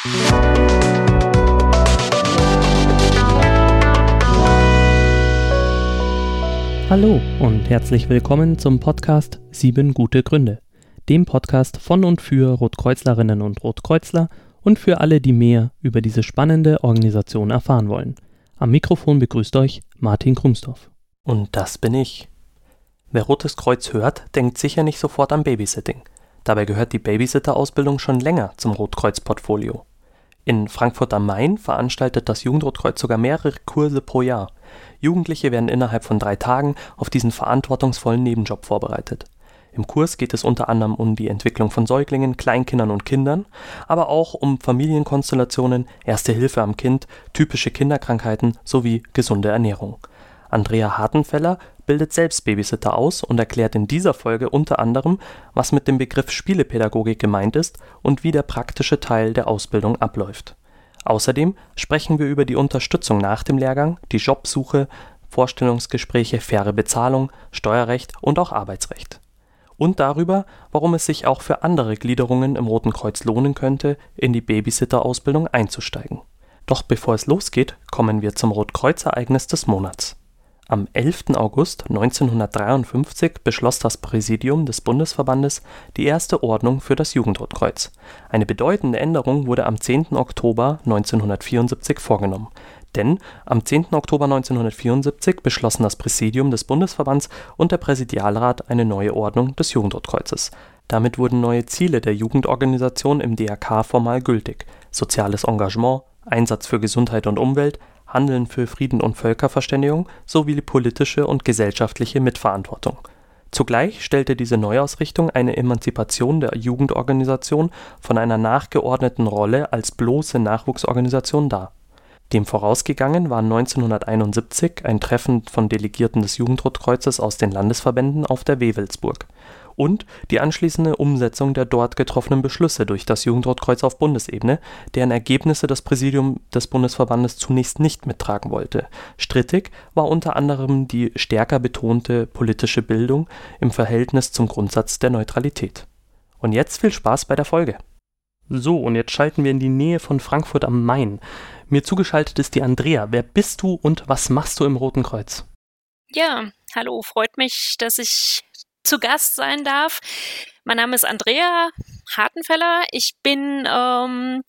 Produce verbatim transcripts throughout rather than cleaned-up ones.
Hallo und herzlich willkommen zum Podcast Sieben gute Gründe, dem Podcast von und für Rotkreuzlerinnen und Rotkreuzler und für alle, die mehr über diese spannende Organisation erfahren wollen. Am Mikrofon begrüßt euch Martin Krumsdorf. Und das bin ich. Wer Rotes Kreuz hört, denkt sicher nicht sofort an Babysitting. Dabei gehört die Babysitter-Ausbildung schon länger zum Rotkreuz-Portfolio. In Frankfurt am Main veranstaltet das Jugendrotkreuz sogar mehrere Kurse pro Jahr. Jugendliche werden innerhalb von drei Tagen auf diesen verantwortungsvollen Nebenjob vorbereitet. Im Kurs geht es unter anderem um die Entwicklung von Säuglingen, Kleinkindern und Kindern, aber auch um Familienkonstellationen, Erste Hilfe am Kind, typische Kinderkrankheiten sowie gesunde Ernährung. Andrea Hartenfeller bildet selbst Babysitter aus und erklärt in dieser Folge unter anderem, was mit dem Begriff Spielepädagogik gemeint ist und wie der praktische Teil der Ausbildung abläuft. Außerdem sprechen wir über die Unterstützung nach dem Lehrgang, die Jobsuche, Vorstellungsgespräche, faire Bezahlung, Steuerrecht und auch Arbeitsrecht. Und darüber, warum es sich auch für andere Gliederungen im Roten Kreuz lohnen könnte, in die Babysitter-Ausbildung einzusteigen. Doch bevor es losgeht, kommen wir zum Rotkreuz-Ereignis des Monats. Am elften August neunzehnhundertdreiundfünfzig beschloss das Präsidium des Bundesverbandes die erste Ordnung für das Jugendrotkreuz. Eine bedeutende Änderung wurde am zehnten Oktober neunzehnhundertvierundsiebzig vorgenommen. Denn am zehnten Oktober neunzehnhundertvierundsiebzig beschlossen das Präsidium des Bundesverbands und der Präsidialrat eine neue Ordnung des Jugendrotkreuzes. Damit wurden neue Ziele der Jugendorganisation im D R K formal gültig: soziales Engagement, Einsatz für Gesundheit und Umwelt, Handeln für Frieden und Völkerverständigung sowie politische und gesellschaftliche Mitverantwortung. Zugleich stellte diese Neuausrichtung eine Emanzipation der Jugendorganisation von einer nachgeordneten Rolle als bloße Nachwuchsorganisation dar. Dem vorausgegangen war neunzehnhunderteinundsiebzig ein Treffen von Delegierten des Jugendrotkreuzes aus den Landesverbänden auf der Wewelsburg und die anschließende Umsetzung der dort getroffenen Beschlüsse durch das Jugendrotkreuz auf Bundesebene, deren Ergebnisse das Präsidium des Bundesverbandes zunächst nicht mittragen wollte. Strittig war unter anderem die stärker betonte politische Bildung im Verhältnis zum Grundsatz der Neutralität. Und jetzt viel Spaß bei der Folge. So, und jetzt schalten wir in die Nähe von Frankfurt am Main. Mir zugeschaltet ist die Andrea. Wer bist du und was machst du im Roten Kreuz? Ja, hallo, freut mich, dass ich zu Gast sein darf. Mein Name ist Andrea Hartenfeller. Ich bin ähm,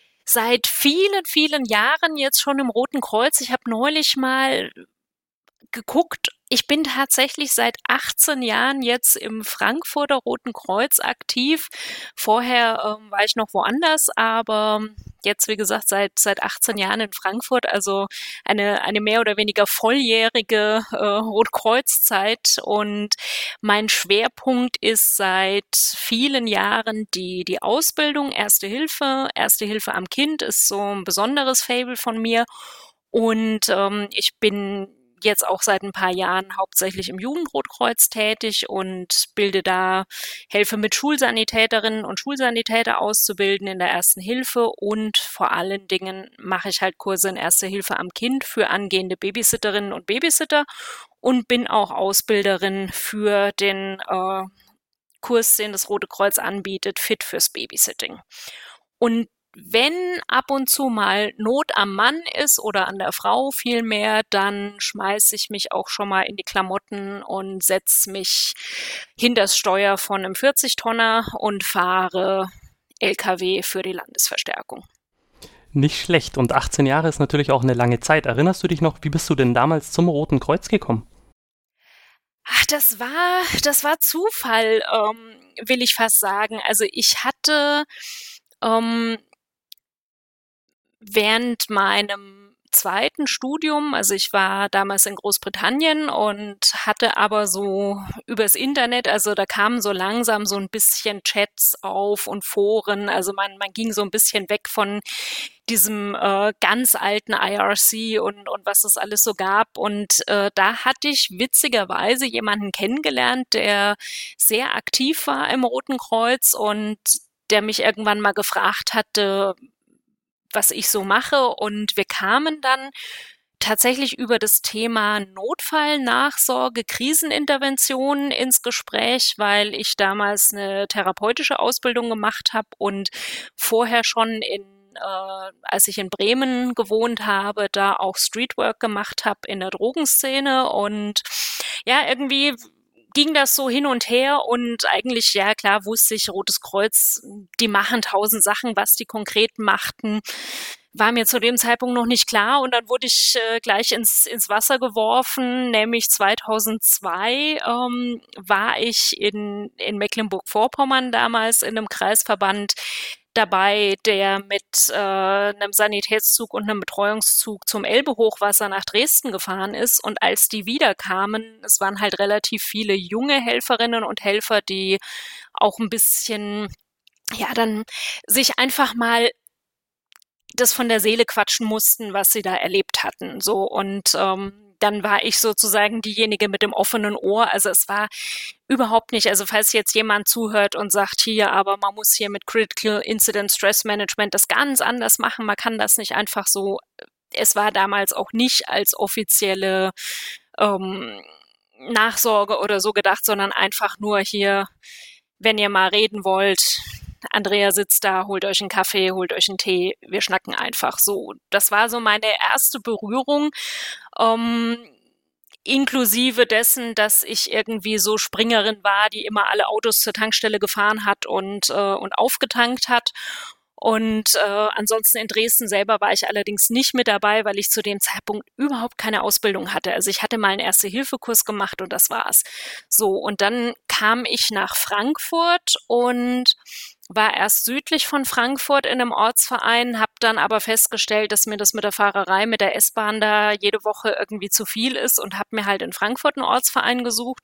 seit vielen, vielen Jahren jetzt schon im Roten Kreuz. Ich habe neulich mal geguckt. Ich bin tatsächlich seit achtzehn Jahren jetzt im Frankfurter Roten Kreuz aktiv. Vorher ähm, war ich noch woanders, aber jetzt, wie gesagt, seit seit achtzehn Jahren in Frankfurt, also eine eine mehr oder weniger volljährige äh, Rotkreuz-Zeit. Und mein Schwerpunkt ist seit vielen Jahren die die Ausbildung, Erste Hilfe. Erste Hilfe am Kind ist so ein besonderes Faible von mir. Und ähm, ich bin jetzt auch seit ein paar Jahren hauptsächlich im Jugendrotkreuz tätig und bilde da, helfe mit Schulsanitäterinnen und Schulsanitäter auszubilden in der Ersten Hilfe und vor allen Dingen mache ich halt Kurse in Erste Hilfe am Kind für angehende Babysitterinnen und Babysitter und bin auch Ausbilderin für den äh, Kurs, den das Rote Kreuz anbietet, Fit fürs Babysitting. Und wenn ab und zu mal Not am Mann ist oder an der Frau vielmehr, dann schmeiße ich mich auch schon mal in die Klamotten und setze mich hinters Steuer von einem vierzig-Tonner und fahre L K W für die Landesverstärkung. Nicht schlecht. Und achtzehn Jahre ist natürlich auch eine lange Zeit. Erinnerst du dich noch, wie bist du denn damals zum Roten Kreuz gekommen? Ach, das war, das war Zufall, ähm, will ich fast sagen. Also ich hatte ähm, während meinem zweiten Studium, also ich war damals in Großbritannien und hatte aber so übers Internet, also da kamen so langsam so ein bisschen Chats auf und Foren, also man, man ging so ein bisschen weg von diesem äh, ganz alten I R C und, und was es alles so gab. Und äh, da hatte ich witzigerweise jemanden kennengelernt, der sehr aktiv war im Roten Kreuz und der mich irgendwann mal gefragt hatte, was ich so mache. Und wir kamen dann tatsächlich über das Thema Notfallnachsorge, Krisenintervention ins Gespräch, weil ich damals eine therapeutische Ausbildung gemacht habe und vorher schon in äh, als ich in Bremen gewohnt habe, da auch Streetwork gemacht habe in der Drogenszene und ja, irgendwie ging das so hin und her und eigentlich, ja klar, wusste ich, Rotes Kreuz, die machen tausend Sachen, was die konkret machten, war mir zu dem Zeitpunkt noch nicht klar und dann wurde ich äh, gleich ins, ins Wasser geworfen, nämlich zweitausendzwei ähm, war ich in, in Mecklenburg-Vorpommern damals in einem Kreisverband dabei, der mit äh, einem Sanitätszug und einem Betreuungszug zum Elbe-Hochwasser nach Dresden gefahren ist. Und als die wiederkamen, es waren halt relativ viele junge Helferinnen und Helfer, die auch ein bisschen, ja, dann sich einfach mal das von der Seele quatschen mussten, was sie da erlebt hatten. So und ähm, dann war ich sozusagen diejenige mit dem offenen Ohr. Also es war überhaupt nicht, also falls jetzt jemand zuhört und sagt, hier, aber man muss hier mit Critical Incident Stress Management das ganz anders machen, man kann das nicht einfach so, es war damals auch nicht als offizielle ähm, Nachsorge oder so gedacht, sondern einfach nur hier, wenn ihr mal reden wollt, Andrea sitzt da, holt euch einen Kaffee, holt euch einen Tee, wir schnacken einfach so. Das war so meine erste Berührung, ähm, inklusive dessen, dass ich irgendwie so Springerin war, die immer alle Autos zur Tankstelle gefahren hat und, äh, und aufgetankt hat. Und äh, ansonsten in Dresden selber war ich allerdings nicht mit dabei, weil ich zu dem Zeitpunkt überhaupt keine Ausbildung hatte. Also ich hatte mal einen Erste-Hilfe-Kurs gemacht und das war's. So, und dann kam ich nach Frankfurt und war erst südlich von Frankfurt in einem Ortsverein, habe dann aber festgestellt, dass mir das mit der Fahrerei, mit der S-Bahn da jede Woche irgendwie zu viel ist und habe mir halt in Frankfurt einen Ortsverein gesucht,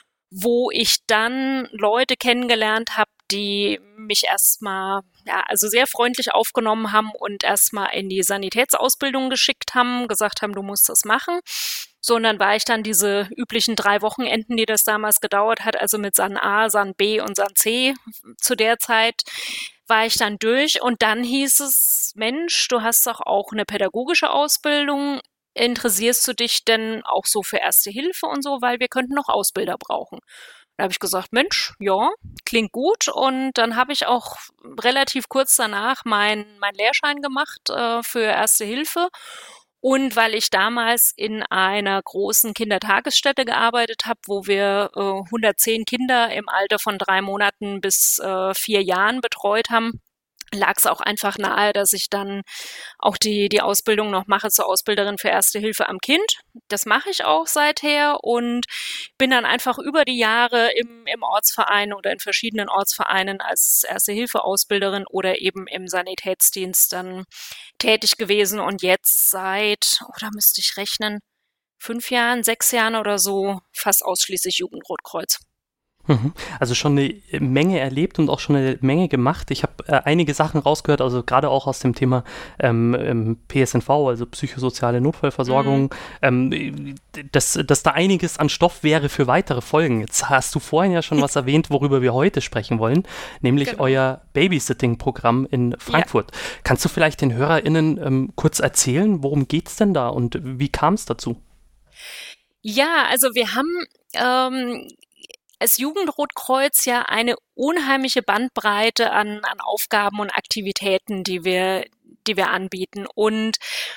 wo ich dann Leute kennengelernt habe, die mich erstmal, ja, also sehr freundlich aufgenommen haben und erstmal in die Sanitätsausbildung geschickt haben, gesagt haben, du musst das machen. So, und dann war ich dann diese üblichen drei Wochenenden, die das damals gedauert hat, also mit San A, San B und San C zu der Zeit, war ich dann durch. Und dann hieß es, Mensch, du hast doch auch eine pädagogische Ausbildung. Interessierst du dich denn auch so für Erste Hilfe und so, weil wir könnten noch Ausbilder brauchen. Da habe ich gesagt, Mensch, ja, klingt gut. Und dann habe ich auch relativ kurz danach meinen mein Lehrschein gemacht äh, für Erste Hilfe. Und weil ich damals in einer großen Kindertagesstätte gearbeitet habe, wo wir äh, hundertzehn Kinder im Alter von drei Monaten bis äh, vier Jahren betreut haben, lag es auch einfach nahe, dass ich dann auch die, die Ausbildung noch mache zur Ausbilderin für Erste Hilfe am Kind. Das mache ich auch seither und bin dann einfach über die Jahre im, im Ortsverein oder in verschiedenen Ortsvereinen als Erste-Hilfe-Ausbilderin oder eben im Sanitätsdienst dann tätig gewesen und jetzt seit, oder oh, müsste ich rechnen, fünf Jahren, sechs Jahren oder so fast ausschließlich Jugendrotkreuz. Also schon eine Menge erlebt und auch schon eine Menge gemacht. Ich habe äh, einige Sachen rausgehört, also gerade auch aus dem Thema ähm, P S N V, also psychosoziale Notfallversorgung, mhm. ähm, dass, dass da einiges an Stoff wäre für weitere Folgen. Jetzt hast du vorhin ja schon was erwähnt, worüber wir heute sprechen wollen, nämlich genau. euer Babysitting-Programm in Frankfurt. Ja. Kannst du vielleicht den HörerInnen ähm, kurz erzählen, worum geht's denn da und wie kam es dazu? Ja, also wir haben ähm, als Jugendrotkreuz ja eine unheimliche Bandbreite an, an Aufgaben und Aktivitäten, die wir, die wir anbieten. Und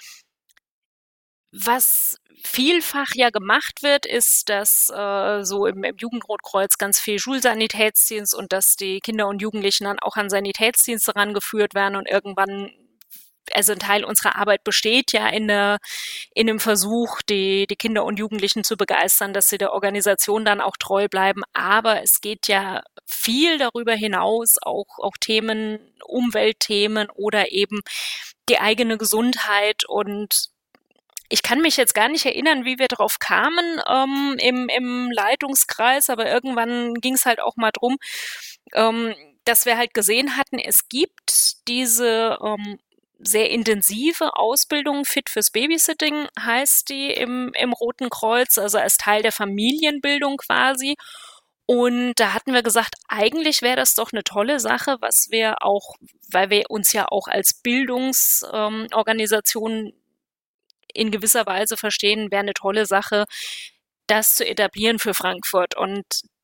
was vielfach ja gemacht wird, ist, dass äh, so im, im Jugendrotkreuz ganz viel Schulsanitätsdienst und dass die Kinder und Jugendlichen dann auch an Sanitätsdienste rangeführt werden und irgendwann, also ein Teil unserer Arbeit besteht ja in, der, in einem Versuch, die, die Kinder und Jugendlichen zu begeistern, dass sie der Organisation dann auch treu bleiben. Aber es geht ja viel darüber hinaus, auch, auch Themen, Umweltthemen oder eben die eigene Gesundheit. Und ich kann mich jetzt gar nicht erinnern, wie wir drauf kamen ähm, im, im Leitungskreis, aber irgendwann ging es halt auch mal drum, ähm, dass wir halt gesehen hatten, es gibt diese ähm, sehr intensive Ausbildung, Fit fürs Babysitting heißt die im, im Roten Kreuz, also als Teil der Familienbildung quasi. Und da hatten wir gesagt, eigentlich wäre das doch eine tolle Sache, was wir auch, weil wir uns ja auch als Bildungsorganisation ähm, in gewisser Weise verstehen, wäre eine tolle Sache, das zu etablieren für Frankfurt. Und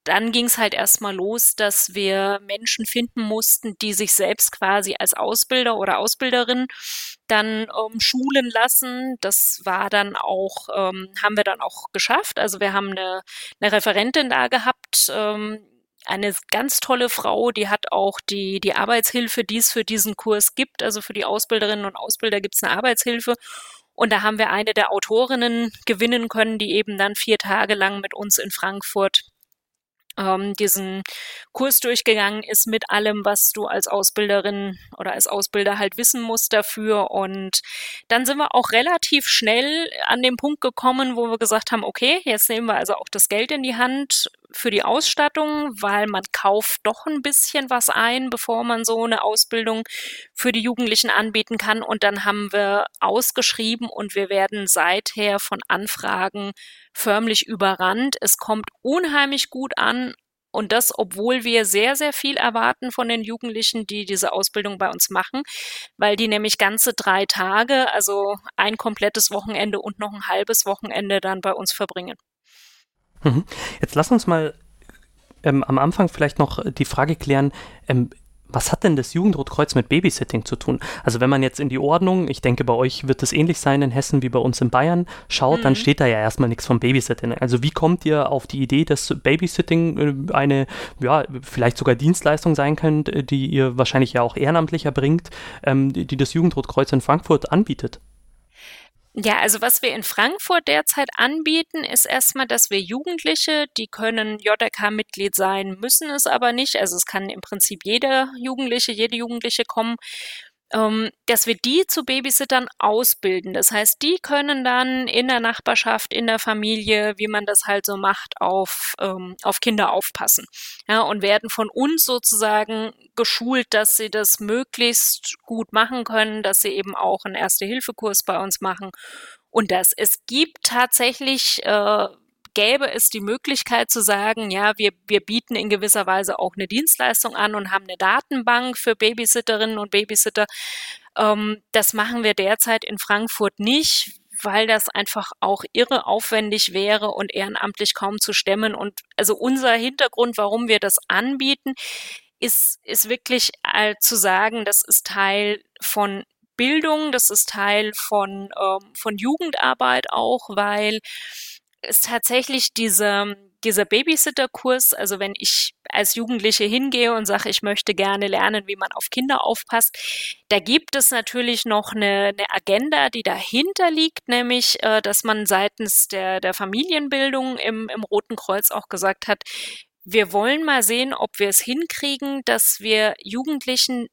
dann ging es halt erstmal los, dass wir Menschen finden mussten, die sich selbst quasi als Ausbilder oder Ausbilderin dann ähm, schulen lassen. Das war dann auch, ähm, haben wir dann auch geschafft. Also wir haben eine, eine Referentin da gehabt, ähm, eine ganz tolle Frau, die hat auch die, die Arbeitshilfe, die es für diesen Kurs gibt. Also für die Ausbilderinnen und Ausbilder gibt es eine Arbeitshilfe. Und da haben wir eine der Autorinnen gewinnen können, die eben dann vier Tage lang mit uns in Frankfurt ähm, diesen Kurs durchgegangen ist mit allem, was du als Ausbilderin oder als Ausbilder halt wissen musst dafür. Und dann sind wir auch relativ schnell an den Punkt gekommen, wo wir gesagt haben, okay, jetzt nehmen wir also auch das Geld in die Hand für die Ausstattung, weil man kauft doch ein bisschen was ein, bevor man so eine Ausbildung für die Jugendlichen anbieten kann. Und dann haben wir ausgeschrieben und wir werden seither von Anfragen förmlich überrannt. Es kommt unheimlich gut an und das, obwohl wir sehr, sehr viel erwarten von den Jugendlichen, die diese Ausbildung bei uns machen, weil die nämlich ganze drei Tage, also ein komplettes Wochenende und noch ein halbes Wochenende dann bei uns verbringen. Jetzt lass uns mal ähm, am Anfang vielleicht noch die Frage klären, ähm, was hat denn das Jugendrotkreuz mit Babysitting zu tun? Also wenn man jetzt in die Ordnung, ich denke, bei euch wird es ähnlich sein in Hessen wie bei uns in Bayern, schaut, mhm. dann steht da ja erstmal nichts vom Babysitting. Also wie kommt ihr auf die Idee, dass Babysitting eine, ja, vielleicht sogar Dienstleistung sein kann, die ihr wahrscheinlich ja auch ehrenamtlich erbringt, ähm, die, die das Jugendrotkreuz in Frankfurt anbietet? Ja, also was wir in Frankfurt derzeit anbieten, ist erstmal, dass wir Jugendliche, die können J R K-Mitglied sein, müssen es aber nicht. Also es kann im Prinzip jeder Jugendliche, jede Jugendliche kommen, ähm, dass wir die zu Babysittern ausbilden. Das heißt, die können dann in der Nachbarschaft, in der Familie, wie man das halt so macht, auf, ähm, auf Kinder aufpassen. Ja, und werden von uns sozusagen geschult, dass sie das möglichst gut machen können, dass sie eben auch einen Erste-Hilfe-Kurs bei uns machen. Und das, es gibt tatsächlich, äh, gäbe es die Möglichkeit zu sagen, ja, wir, wir bieten in gewisser Weise auch eine Dienstleistung an und haben eine Datenbank für Babysitterinnen und Babysitter. Ähm, das machen wir derzeit in Frankfurt nicht, weil das einfach auch irre aufwendig wäre und ehrenamtlich kaum zu stemmen. Und also unser Hintergrund, warum wir das anbieten, ist, ist wirklich äh, zu sagen, das ist Teil von Bildung, das ist Teil von, ähm, von Jugendarbeit auch, weil es tatsächlich diese, dieser Babysitter-Kurs, also wenn ich als Jugendliche hingehe und sage, ich möchte gerne lernen, wie man auf Kinder aufpasst, da gibt es natürlich noch eine, eine Agenda, die dahinter liegt, nämlich, äh, dass man seitens der, der Familienbildung im, im Roten Kreuz auch gesagt hat, wir wollen mal sehen, ob wir es hinkriegen, dass wir Jugendlichen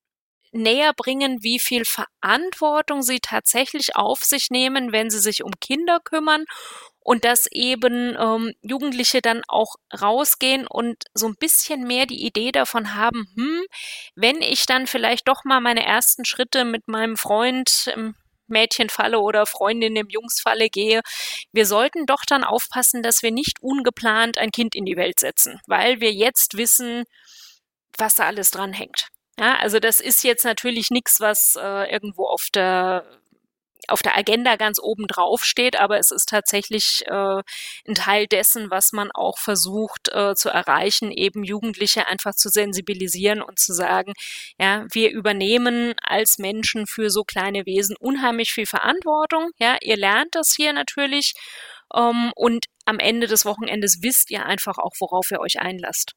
näher bringen, wie viel Verantwortung sie tatsächlich auf sich nehmen, wenn sie sich um Kinder kümmern und dass eben ähm, Jugendliche dann auch rausgehen und so ein bisschen mehr die Idee davon haben, hm, wenn ich dann vielleicht doch mal meine ersten Schritte mit meinem Freund im Mädchenfalle oder Freundin im Jungsfalle gehe, wir sollten doch dann aufpassen, dass wir nicht ungeplant ein Kind in die Welt setzen, weil wir jetzt wissen, was da alles dran hängt. Ja, also das ist jetzt natürlich nichts, was äh, irgendwo auf der auf der Agenda ganz oben drauf steht, aber es ist tatsächlich äh, ein Teil dessen, was man auch versucht äh, zu erreichen, eben Jugendliche einfach zu sensibilisieren und zu sagen, ja, wir übernehmen als Menschen für so kleine Wesen unheimlich viel Verantwortung. Ja, ihr lernt das hier natürlich ähm, und am Ende des Wochenendes wisst ihr einfach auch, worauf ihr euch einlasst.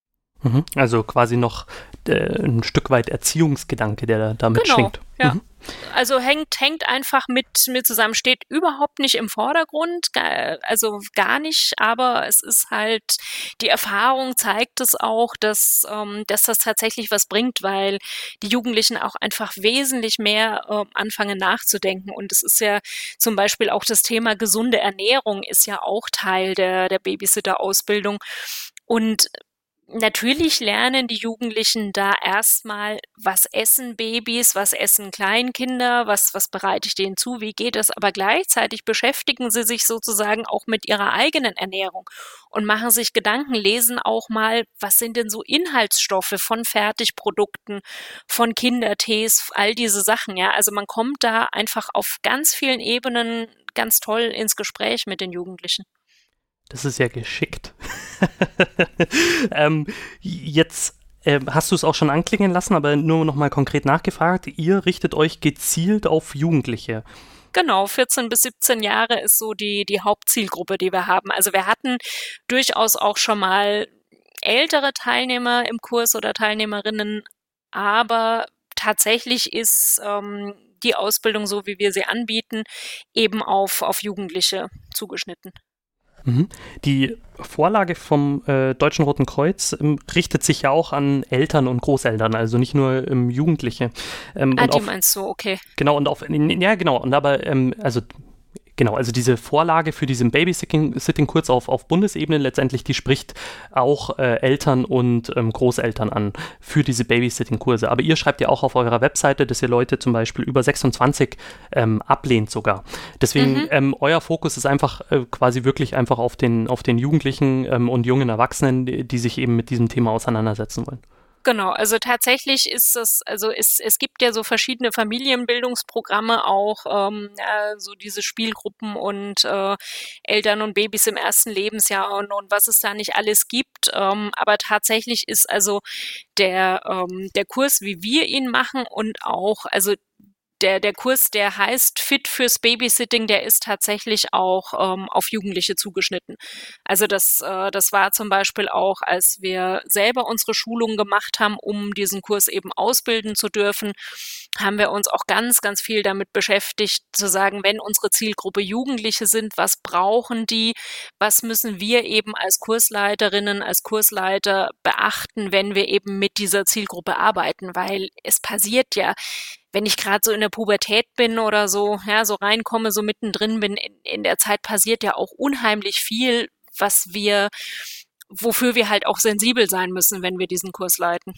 Also quasi noch äh, ein Stück weit Erziehungsgedanke, der da damit genau, schwingt. Ja. Mhm. Also hängt, hängt einfach mit, mit zusammen, steht überhaupt nicht im Vordergrund, also gar nicht, aber es ist halt, die Erfahrung zeigt es auch, dass, ähm, dass das tatsächlich was bringt, weil die Jugendlichen auch einfach wesentlich mehr äh, anfangen nachzudenken und es ist ja zum Beispiel auch das Thema gesunde Ernährung ist ja auch Teil der, der Babysitter-Ausbildung und natürlich lernen die Jugendlichen da erstmal, was essen Babys, was essen Kleinkinder, was, was bereite ich denen zu, wie geht das, aber gleichzeitig beschäftigen sie sich sozusagen auch mit ihrer eigenen Ernährung und machen sich Gedanken, lesen auch mal, was sind denn so Inhaltsstoffe von Fertigprodukten, von Kindertees, all diese Sachen, ja, also man kommt da einfach auf ganz vielen Ebenen ganz toll ins Gespräch mit den Jugendlichen. Das ist ja geschickt. ähm, jetzt äh, hast du es auch schon anklingen lassen, aber nur noch mal konkret nachgefragt. Ihr richtet euch gezielt auf Jugendliche. Genau, vierzehn bis siebzehn Jahre ist so die, die Hauptzielgruppe, die wir haben. Also wir hatten durchaus auch schon mal ältere Teilnehmer im Kurs oder Teilnehmerinnen, aber tatsächlich ist ähm, die Ausbildung, so wie wir sie anbieten, eben auf, auf Jugendliche zugeschnitten. Mhm. Die Vorlage vom äh, Deutschen Roten Kreuz ähm, richtet sich ja auch an Eltern und Großeltern, also nicht nur ähm, Jugendliche. Ähm, ah, und die auf, meinst du, okay. Genau, und auf, ja genau, und aber, ähm, also Genau, also diese Vorlage für diesen Babysitting-Kurs auf, auf Bundesebene letztendlich, die spricht auch äh, Eltern und ähm, Großeltern an für diese Babysitting-Kurse. Aber ihr schreibt ja auch auf eurer Webseite, dass ihr Leute zum Beispiel über sechsundzwanzig ähm, ablehnt sogar. Deswegen, mhm. ähm, euer Fokus ist einfach äh, quasi wirklich einfach auf den, auf den Jugendlichen ähm, und jungen Erwachsenen, die, die sich eben mit diesem Thema auseinandersetzen wollen. Genau, also tatsächlich ist es, also es, es gibt ja so verschiedene Familienbildungsprogramme auch, ähm, äh, so diese Spielgruppen und äh, Eltern und Babys im ersten Lebensjahr und, und was es da nicht alles gibt. Ähm, aber tatsächlich ist also der, ähm, der Kurs, wie wir ihn machen und auch, also Der, der Kurs, der heißt Fit fürs Babysitting, der ist tatsächlich auch ähm, auf Jugendliche zugeschnitten. Also das, äh, das war zum Beispiel auch, als wir selber unsere Schulung gemacht haben, um diesen Kurs eben ausbilden zu dürfen, haben wir uns auch ganz, ganz viel damit beschäftigt, zu sagen, wenn unsere Zielgruppe Jugendliche sind, was brauchen die, was müssen wir eben als Kursleiterinnen, als Kursleiter beachten, wenn wir eben mit dieser Zielgruppe arbeiten, weil es passiert ja, wenn ich gerade so in der Pubertät bin oder so, ja, so reinkomme, so mittendrin bin, in, in der Zeit passiert ja auch unheimlich viel, was wir, wofür wir halt auch sensibel sein müssen, wenn wir diesen Kurs leiten.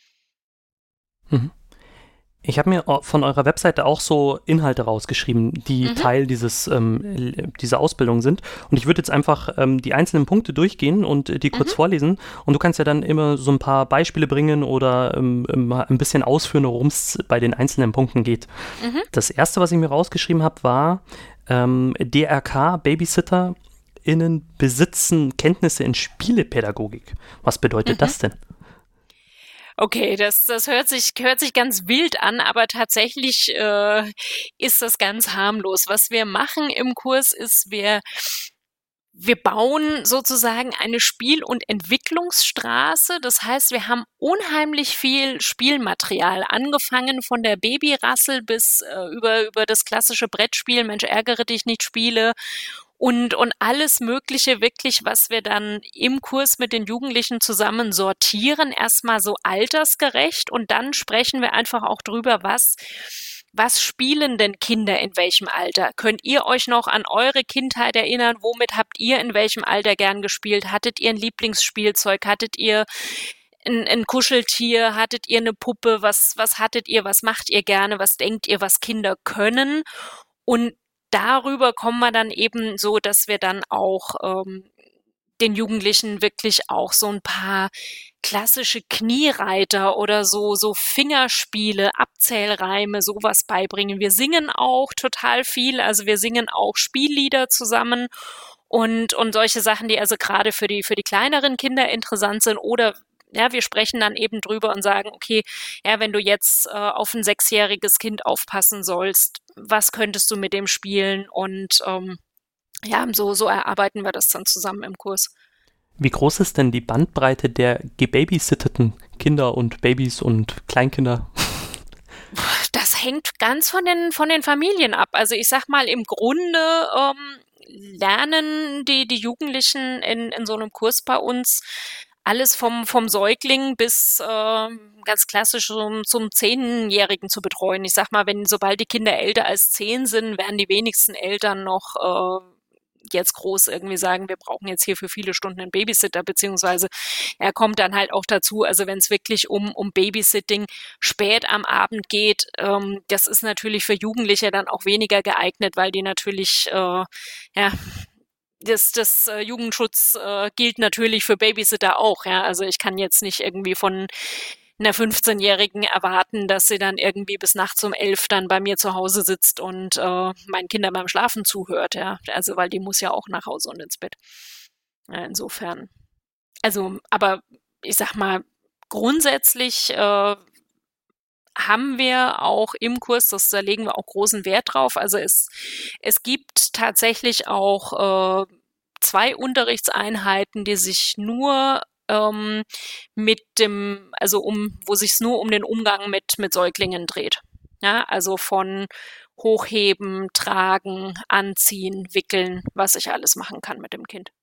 Mhm. Ich habe mir von eurer Webseite auch so Inhalte rausgeschrieben, die mhm. Teil dieses, ähm, dieser Ausbildung sind. Und ich würde jetzt einfach ähm, die einzelnen Punkte durchgehen und äh, die kurz mhm. vorlesen. Und du kannst ja dann immer so ein paar Beispiele bringen oder ähm, mal ein bisschen ausführen, worum es bei den einzelnen Punkten geht. Mhm. Das erste, was ich mir rausgeschrieben habe, war ähm, D R K, BabysitterInnen besitzen Kenntnisse in Spielepädagogik. Was bedeutet mhm. das denn? Okay, das, das hört sich, hört sich ganz wild an, aber tatsächlich äh, ist das ganz harmlos. Was wir machen im Kurs ist, wir, wir bauen sozusagen eine Spiel- und Entwicklungsstraße. Das heißt, wir haben unheimlich viel Spielmaterial, angefangen von der Babyrassel bis äh, über, über das klassische Brettspiel, Mensch, ärgere dich nicht, Spiele. Und, und alles Mögliche wirklich, was wir dann im Kurs mit den Jugendlichen zusammen sortieren, erstmal so altersgerecht und dann sprechen wir einfach auch drüber, was, was spielen denn Kinder in welchem Alter? Könnt ihr euch noch an eure Kindheit erinnern? Womit habt ihr in welchem Alter gern gespielt? Hattet ihr ein Lieblingsspielzeug? Hattet ihr ein, ein Kuscheltier? Hattet ihr eine Puppe? Was, was hattet ihr? Was macht ihr gerne? Was denkt ihr, was Kinder können? Und darüber kommen wir dann eben so, dass wir dann auch ähm, den Jugendlichen wirklich auch so ein paar klassische Kniereiter oder so so Fingerspiele, Abzählreime, sowas beibringen. Wir singen auch total viel, also wir singen auch Spiellieder zusammen und und solche Sachen, die also gerade für die für die kleineren Kinder interessant sind oder ja, wir sprechen dann eben drüber und sagen, okay, ja, wenn du jetzt äh, auf ein sechsjähriges Kind aufpassen sollst, was könntest du mit dem spielen? Und ähm, ja, so, so erarbeiten wir das dann zusammen im Kurs. Wie groß ist denn die Bandbreite der gebabysitteten Kinder und Babys und Kleinkinder? Das hängt ganz von den, von den Familien ab. Also ich sag mal, im Grunde ähm, lernen die, die Jugendlichen in, in so einem Kurs bei uns alles vom, vom Säugling bis äh, ganz klassisch zum, zum Zehnjährigen zu betreuen. Ich sag mal, wenn sobald die Kinder älter als zehn sind, werden die wenigsten Eltern noch äh, jetzt groß irgendwie sagen, wir brauchen jetzt hier für viele Stunden einen Babysitter, beziehungsweise er kommt dann halt auch dazu, also wenn es wirklich um, um Babysitting spät am Abend geht, ähm, das ist natürlich für Jugendliche dann auch weniger geeignet, weil die natürlich, äh, ja, Das, das äh, Jugendschutz äh, gilt natürlich für Babysitter auch, ja. Also ich kann jetzt nicht irgendwie von einer fünfzehnjährigen erwarten, dass sie dann irgendwie bis nachts um elf dann bei mir zu Hause sitzt und äh, meinen Kindern beim Schlafen zuhört, ja. Also weil die muss ja auch nach Hause und ins Bett. Ja, insofern. Also, aber ich sag mal, grundsätzlich äh, haben wir auch im Kurs, das, da legen wir auch großen Wert drauf. Also es, es gibt tatsächlich auch äh, zwei Unterrichtseinheiten, die sich nur ähm, mit dem, also um, wo sich es nur um den Umgang mit, mit Säuglingen dreht. Ja, also von Hochheben, Tragen, Anziehen, Wickeln, was ich alles machen kann mit dem Kind.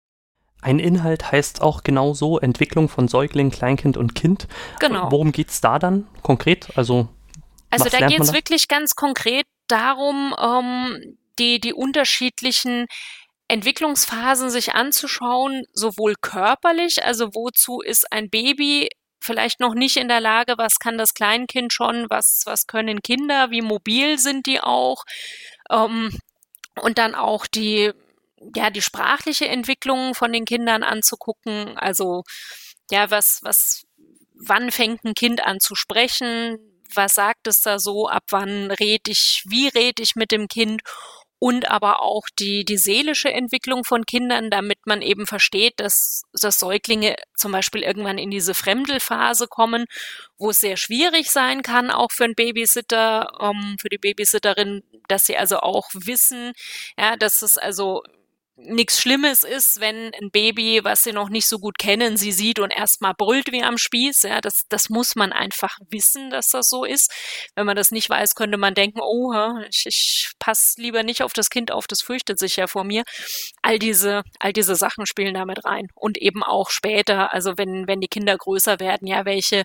Ein Inhalt heißt auch genau so Entwicklung von Säugling, Kleinkind und Kind. Genau. Worum geht es da dann konkret? Also, also was da lernt geht man es da? wirklich ganz konkret darum, ähm, die, die unterschiedlichen Entwicklungsphasen sich anzuschauen, sowohl körperlich, also wozu ist ein Baby vielleicht noch nicht in der Lage, was kann das Kleinkind schon, was, was können Kinder, wie mobil sind die auch, ähm, und dann auch die, ja, die sprachliche Entwicklung von den Kindern anzugucken, also, ja, was, was, wann fängt ein Kind an zu sprechen, was sagt es da so, ab wann red ich, wie red ich mit dem Kind, und aber auch die, die seelische Entwicklung von Kindern, damit man eben versteht, dass, dass Säuglinge zum Beispiel irgendwann in diese Fremdelphase kommen, wo es sehr schwierig sein kann, auch für einen Babysitter, ähm, für die Babysitterin, dass sie also auch wissen, ja, dass es also nichts Schlimmes ist, wenn ein Baby, was sie noch nicht so gut kennen, sie sieht und erstmal brüllt wie am Spieß. Ja, das, das muss man einfach wissen, dass das so ist. Wenn man das nicht weiß, könnte man denken, oh, ich, ich passe lieber nicht auf das Kind auf, das fürchtet sich ja vor mir. All diese, all diese Sachen spielen damit rein. Und eben auch später, also wenn, wenn die Kinder größer werden, ja, welche,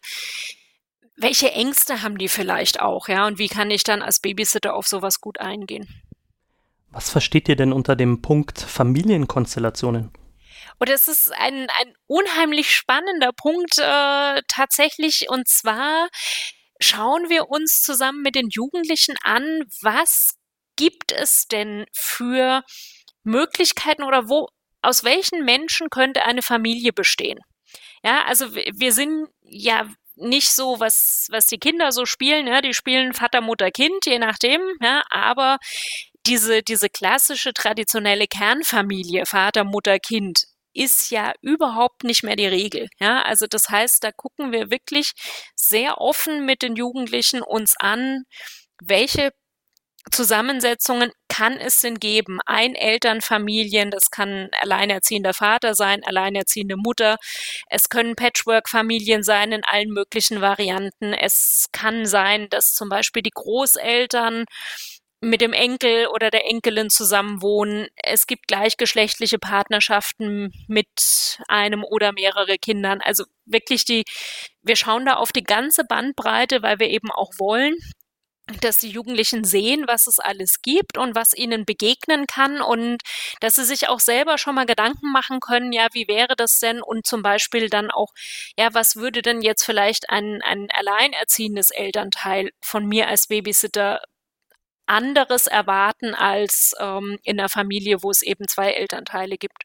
welche Ängste haben die vielleicht auch, ja, und wie kann ich dann als Babysitter auf sowas gut eingehen? Was versteht ihr denn unter dem Punkt Familienkonstellationen? Und es ist ein, ein unheimlich spannender Punkt äh, tatsächlich. Und zwar schauen wir uns zusammen mit den Jugendlichen an, was gibt es denn für Möglichkeiten oder wo, aus welchen Menschen könnte eine Familie bestehen? Ja, also wir sind ja nicht so, was, was die Kinder so spielen, ja, die spielen Vater, Mutter, Kind, je nachdem, ja, aber diese, diese klassische traditionelle Kernfamilie, Vater, Mutter, Kind, ist ja überhaupt nicht mehr die Regel. Ja, also das heißt, da gucken wir wirklich sehr offen mit den Jugendlichen uns an, welche Zusammensetzungen kann es denn geben? Einelternfamilien, das kann alleinerziehender Vater sein, alleinerziehende Mutter. Es können Patchwork-Familien sein in allen möglichen Varianten. Es kann sein, dass zum Beispiel die Großeltern mit dem Enkel oder der Enkelin zusammenwohnen. Es gibt gleichgeschlechtliche Partnerschaften mit einem oder mehrere Kindern. Also wirklich die, wir schauen da auf die ganze Bandbreite, weil wir eben auch wollen, dass die Jugendlichen sehen, was es alles gibt und was ihnen begegnen kann und dass sie sich auch selber schon mal Gedanken machen können, ja, wie wäre das denn? Und zum Beispiel dann auch, ja, was würde denn jetzt vielleicht ein, ein alleinerziehendes Elternteil von mir als Babysitter anderes erwarten als ähm, in einer Familie, wo es eben zwei Elternteile gibt.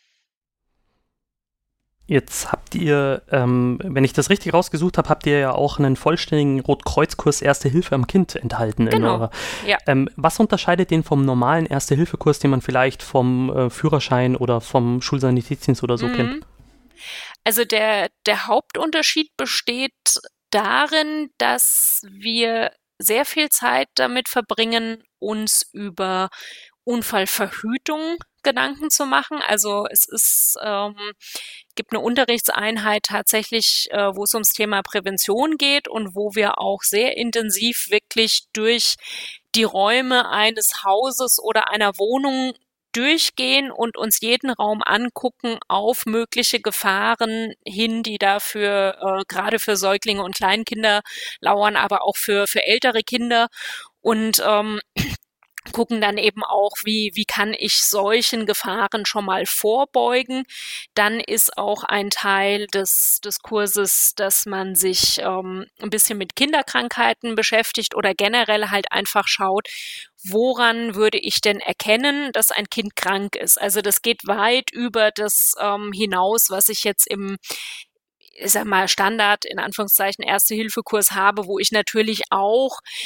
Jetzt habt ihr, ähm, wenn ich das richtig rausgesucht habe, habt ihr ja auch einen vollständigen Rotkreuzkurs Erste Hilfe am Kind enthalten. Genau, in eurer, ja. Ähm, was unterscheidet den vom normalen Erste-Hilfe-Kurs, den man vielleicht vom äh, Führerschein oder vom Schulsanitätsdienst oder so Mhm. kennt? Also der, der Hauptunterschied besteht darin, dass wir sehr viel Zeit damit verbringen, uns über Unfallverhütung Gedanken zu machen. Also es ist, ähm, gibt eine Unterrichtseinheit tatsächlich, äh, wo es ums Thema Prävention geht und wo wir auch sehr intensiv wirklich durch die Räume eines Hauses oder einer Wohnung durchgehen und uns jeden Raum angucken auf mögliche Gefahren hin, die dafür äh, gerade für Säuglinge und Kleinkinder lauern, aber auch für für ältere Kinder und ähm, gucken dann eben auch, wie wie kann ich solchen Gefahren schon mal vorbeugen. Dann ist auch ein Teil des des Kurses, dass man sich ähm, ein bisschen mit Kinderkrankheiten beschäftigt oder generell halt einfach schaut, woran würde ich denn erkennen, dass ein Kind krank ist. Also das geht weit über das ähm, hinaus, was ich jetzt im ich sag mal, Standard, in Anführungszeichen, Erste-Hilfe-Kurs habe, wo ich natürlich auch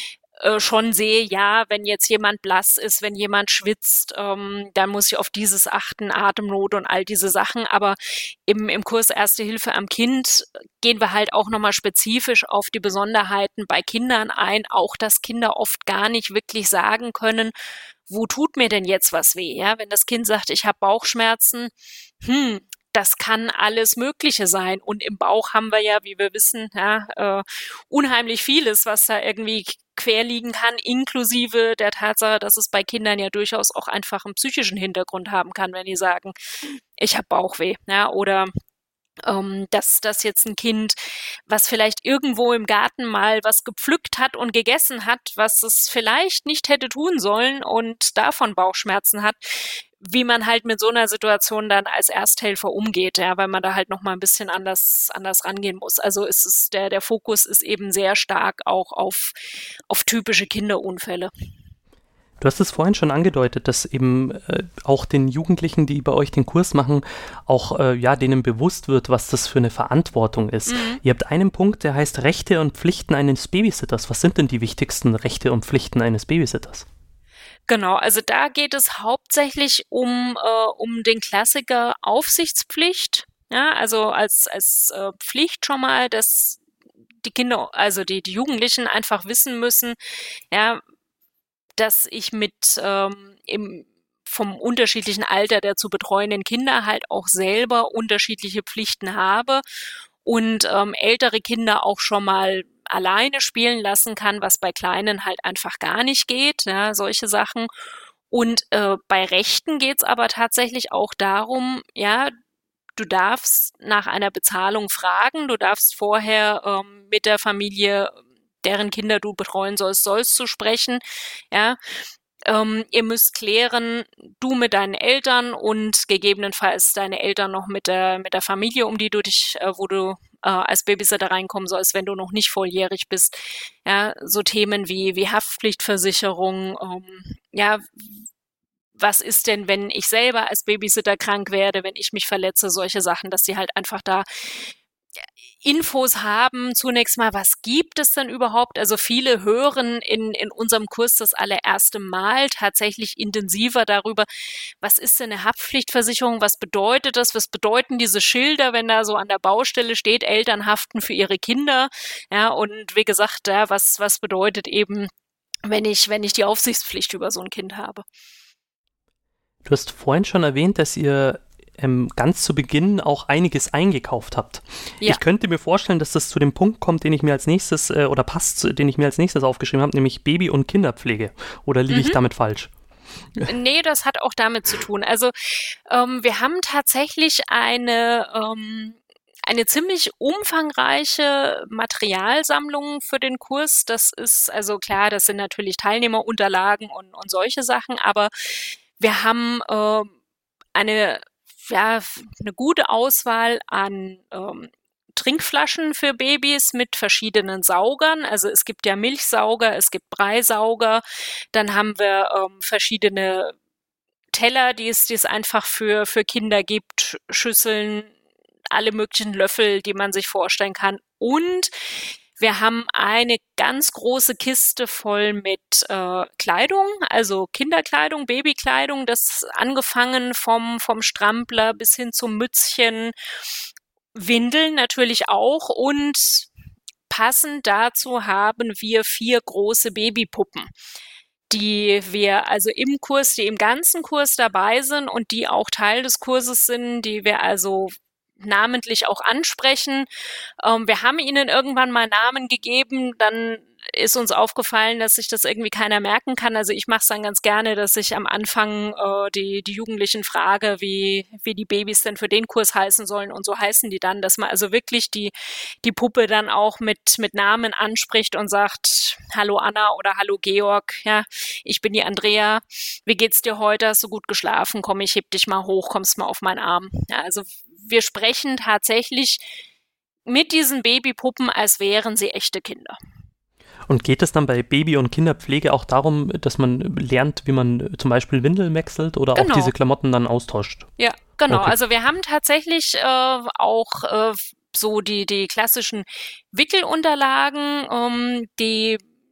äh, schon sehe, ja, wenn jetzt jemand blass ist, wenn jemand schwitzt, ähm, dann muss ich auf dieses achten, Atemnot und all diese Sachen. Aber im, im Kurs Erste Hilfe am Kind gehen wir halt auch nochmal spezifisch auf die Besonderheiten bei Kindern ein, auch dass Kinder oft gar nicht wirklich sagen können, wo tut mir denn jetzt was weh? Ja, wenn das Kind sagt, ich habe Bauchschmerzen, hm, das kann alles Mögliche sein. Und im Bauch haben wir ja, wie wir wissen, ja, äh, unheimlich vieles, was da irgendwie quer liegen kann, inklusive der Tatsache, dass es bei Kindern ja durchaus auch einfach einen psychischen Hintergrund haben kann, wenn die sagen, ich habe Bauchweh, ja, oder ähm, dass das jetzt ein Kind, was vielleicht irgendwo im Garten mal was gepflückt hat und gegessen hat, was es vielleicht nicht hätte tun sollen und davon Bauchschmerzen hat, wie man halt mit so einer Situation dann als Ersthelfer umgeht, ja, weil man da halt noch mal ein bisschen anders anders rangehen muss. Also ist es der der Fokus ist eben sehr stark auch auf auf typische Kinderunfälle. Du hast es vorhin schon angedeutet, dass eben äh, auch den Jugendlichen, die bei euch den Kurs machen, auch äh, ja, denen bewusst wird, was das für eine Verantwortung ist. Mhm. Ihr habt einen Punkt, der heißt Rechte und Pflichten eines Babysitters. Was sind denn die wichtigsten Rechte und Pflichten eines Babysitters? Genau, also da geht es hauptsächlich um, äh, um den Klassiker Aufsichtspflicht. Ja, also als, als äh, Pflicht schon mal, dass die Kinder, also die, die Jugendlichen einfach wissen müssen, ja, dass ich mit ähm, im, vom unterschiedlichen Alter der zu betreuenden Kinder halt auch selber unterschiedliche Pflichten habe und ähm, ältere Kinder auch schon mal alleine spielen lassen kann, was bei Kleinen halt einfach gar nicht geht, ja, solche Sachen. Und äh, bei Rechten geht's aber tatsächlich auch darum, ja, du darfst nach einer Bezahlung fragen, du darfst vorher ähm, mit der Familie, deren Kinder du betreuen sollst, sollst zu sprechen, ja. Ähm, ihr müsst klären, du mit deinen Eltern und gegebenenfalls deine Eltern noch mit der mit der Familie, um die du dich, äh, wo du äh, als Babysitter reinkommen sollst, wenn du noch nicht volljährig bist. Ja, so Themen wie wie Haftpflichtversicherung, ähm, ja, was ist denn, wenn ich selber als Babysitter krank werde, wenn ich mich verletze, solche Sachen, dass sie halt einfach da Infos haben, zunächst mal, was gibt es denn überhaupt? Also viele hören in, in unserem Kurs das allererste Mal tatsächlich intensiver darüber, was ist denn eine Haftpflichtversicherung, was bedeutet das, was bedeuten diese Schilder, wenn da so an der Baustelle steht, Eltern haften für ihre Kinder, ja, und wie gesagt, ja, was, was bedeutet eben, wenn ich, wenn ich die Aufsichtspflicht über so ein Kind habe. Du hast vorhin schon erwähnt, dass ihr ähm, ganz zu Beginn auch einiges eingekauft habt. Ja. Ich könnte mir vorstellen, dass das zu dem Punkt kommt, den ich mir als nächstes, äh, oder passt, den ich mir als nächstes aufgeschrieben habe, nämlich Baby- und Kinderpflege. Oder liege mhm. ich damit falsch? Nee, das hat auch damit zu tun. Also ähm, wir haben tatsächlich eine... Ähm Eine ziemlich umfangreiche Materialsammlung für den Kurs. Das ist also klar, das sind natürlich Teilnehmerunterlagen und, und solche Sachen, aber wir haben äh, eine, ja, eine gute Auswahl an ähm, Trinkflaschen für Babys mit verschiedenen Saugern. Also es gibt ja Milchsauger, es gibt Breisauger, dann haben wir ähm, verschiedene Teller, die es, die es einfach für, für Kinder gibt, Schüsseln, alle möglichen Löffel, die man sich vorstellen kann. Und wir haben eine ganz große Kiste voll mit äh, Kleidung, also Kinderkleidung, Babykleidung, das angefangen vom, vom Strampler bis hin zum Mützchen, Windeln natürlich auch. Und passend dazu haben wir vier große Babypuppen, die wir also im Kurs, die im ganzen Kurs dabei sind und die auch Teil des Kurses sind, die wir also namentlich auch ansprechen. Ähm, wir haben ihnen irgendwann mal Namen gegeben, dann ist uns aufgefallen, dass sich das irgendwie keiner merken kann. Also ich mache es dann ganz gerne, dass ich am Anfang äh, die, die Jugendlichen frage, wie, wie die Babys denn für den Kurs heißen sollen, und so heißen die dann, dass man also wirklich die, die Puppe dann auch mit, mit Namen anspricht und sagt, hallo Anna oder hallo Georg, ja, ich bin die Andrea, wie geht's dir heute, hast du gut geschlafen, komm, ich heb dich mal hoch, kommst mal auf meinen Arm. Ja, also wir sprechen tatsächlich mit diesen Babypuppen, als wären sie echte Kinder. Und geht es dann bei Baby- und Kinderpflege auch darum, dass man lernt, wie man zum Beispiel Windeln wechselt oder genau. auch diese Klamotten dann austauscht? Ja, genau. Okay. Also wir haben tatsächlich äh, auch äh, so die, die klassischen Wickelunterlagen, ähm, die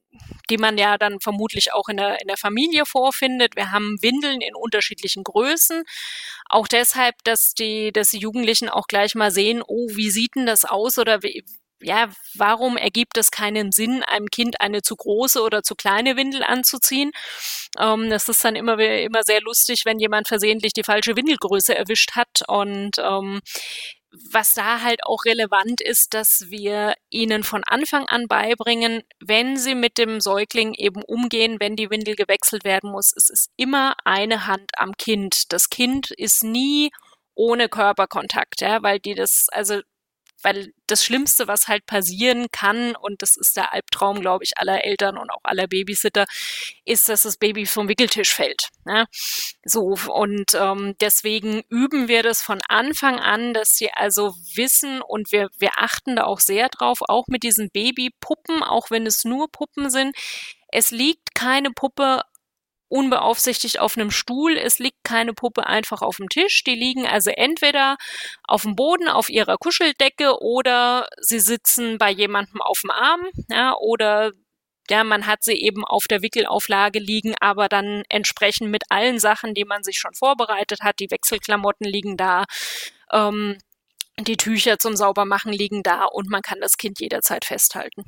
die man ja dann vermutlich auch in der, in der Familie vorfindet. Wir haben Windeln in unterschiedlichen Größen. Auch deshalb, dass die, dass die Jugendlichen auch gleich mal sehen, oh, wie sieht denn das aus oder wie, ja, warum ergibt es keinen Sinn, einem Kind eine zu große oder zu kleine Windel anzuziehen? Ähm, das ist dann immer, immer sehr lustig, wenn jemand versehentlich die falsche Windelgröße erwischt hat. Und ähm, was da halt auch relevant ist, dass wir ihnen von Anfang an beibringen, wenn sie mit dem Säugling eben umgehen, wenn die Windel gewechselt werden muss, es ist immer eine Hand am Kind. Das Kind ist nie ohne Körperkontakt, ja, weil die das, also weil das Schlimmste, was halt passieren kann, und das ist der Albtraum, glaube ich, aller Eltern und auch aller Babysitter, ist, dass das Baby vom Wickeltisch fällt. Ne? So, und ähm, deswegen üben wir das von Anfang an, dass sie also wissen, und wir, wir achten da auch sehr drauf, auch mit diesen Babypuppen, auch wenn es nur Puppen sind, es liegt keine Puppe unbeaufsichtigt auf einem Stuhl, es liegt keine Puppe einfach auf dem Tisch, die liegen also entweder auf dem Boden, auf ihrer Kuscheldecke, oder sie sitzen bei jemandem auf dem Arm, ja, oder ja, man hat sie eben auf der Wickelauflage liegen, aber dann entsprechend mit allen Sachen, die man sich schon vorbereitet hat, die Wechselklamotten liegen da, ähm, die Tücher zum Saubermachen liegen da, und man kann das Kind jederzeit festhalten.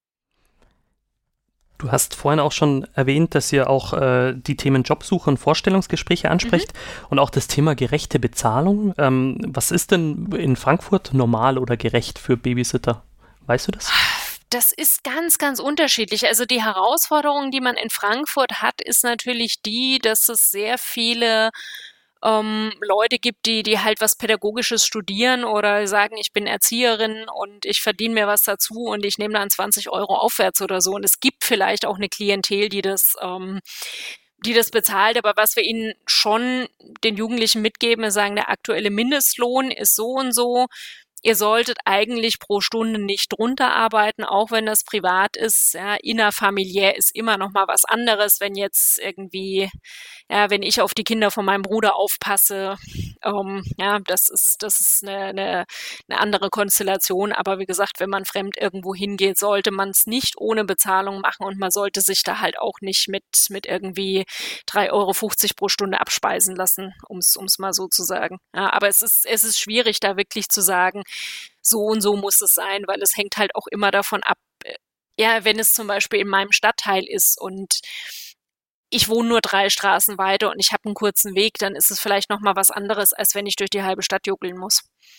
Du hast vorhin auch schon erwähnt, dass ihr auch äh, die Themen Jobsuche und Vorstellungsgespräche ansprecht, mhm. und auch das Thema gerechte Bezahlung. Ähm, was ist denn in Frankfurt normal oder gerecht für Babysitter? Weißt du das? Das ist ganz, ganz unterschiedlich. Also die Herausforderung, die man in Frankfurt hat, ist natürlich die, dass es sehr viele ähm, Leute gibt, die, die halt was Pädagogisches studieren oder sagen, ich bin Erzieherin und ich verdiene mir was dazu und ich nehme dann zwanzig Euro aufwärts oder so. Und es gibt vielleicht auch eine Klientel, die das, ähm, die das bezahlt. Aber was wir ihnen schon den Jugendlichen mitgeben, ist sagen, der aktuelle Mindestlohn ist so und so. Ihr solltet eigentlich pro Stunde nicht drunter arbeiten, auch wenn das privat ist. Ja, innerfamiliär ist immer noch mal was anderes, wenn jetzt irgendwie, ja, wenn ich auf die Kinder von meinem Bruder aufpasse, ähm, ja, das ist, das ist eine, eine, eine andere Konstellation. Aber wie gesagt, wenn man fremd irgendwo hingeht, sollte man es nicht ohne Bezahlung machen, und man sollte sich da halt auch nicht mit, mit irgendwie drei Euro fünfzig pro Stunde abspeisen lassen, um es mal so zu sagen. Ja, aber es ist, es ist schwierig, da wirklich zu sagen, so und so muss es sein, weil es hängt halt auch immer davon ab, ja, wenn es zum Beispiel in meinem Stadtteil ist und ich wohne nur drei Straßen weiter und ich habe einen kurzen Weg, dann ist es vielleicht nochmal was anderes, als wenn ich durch die halbe Stadt juckeln muss.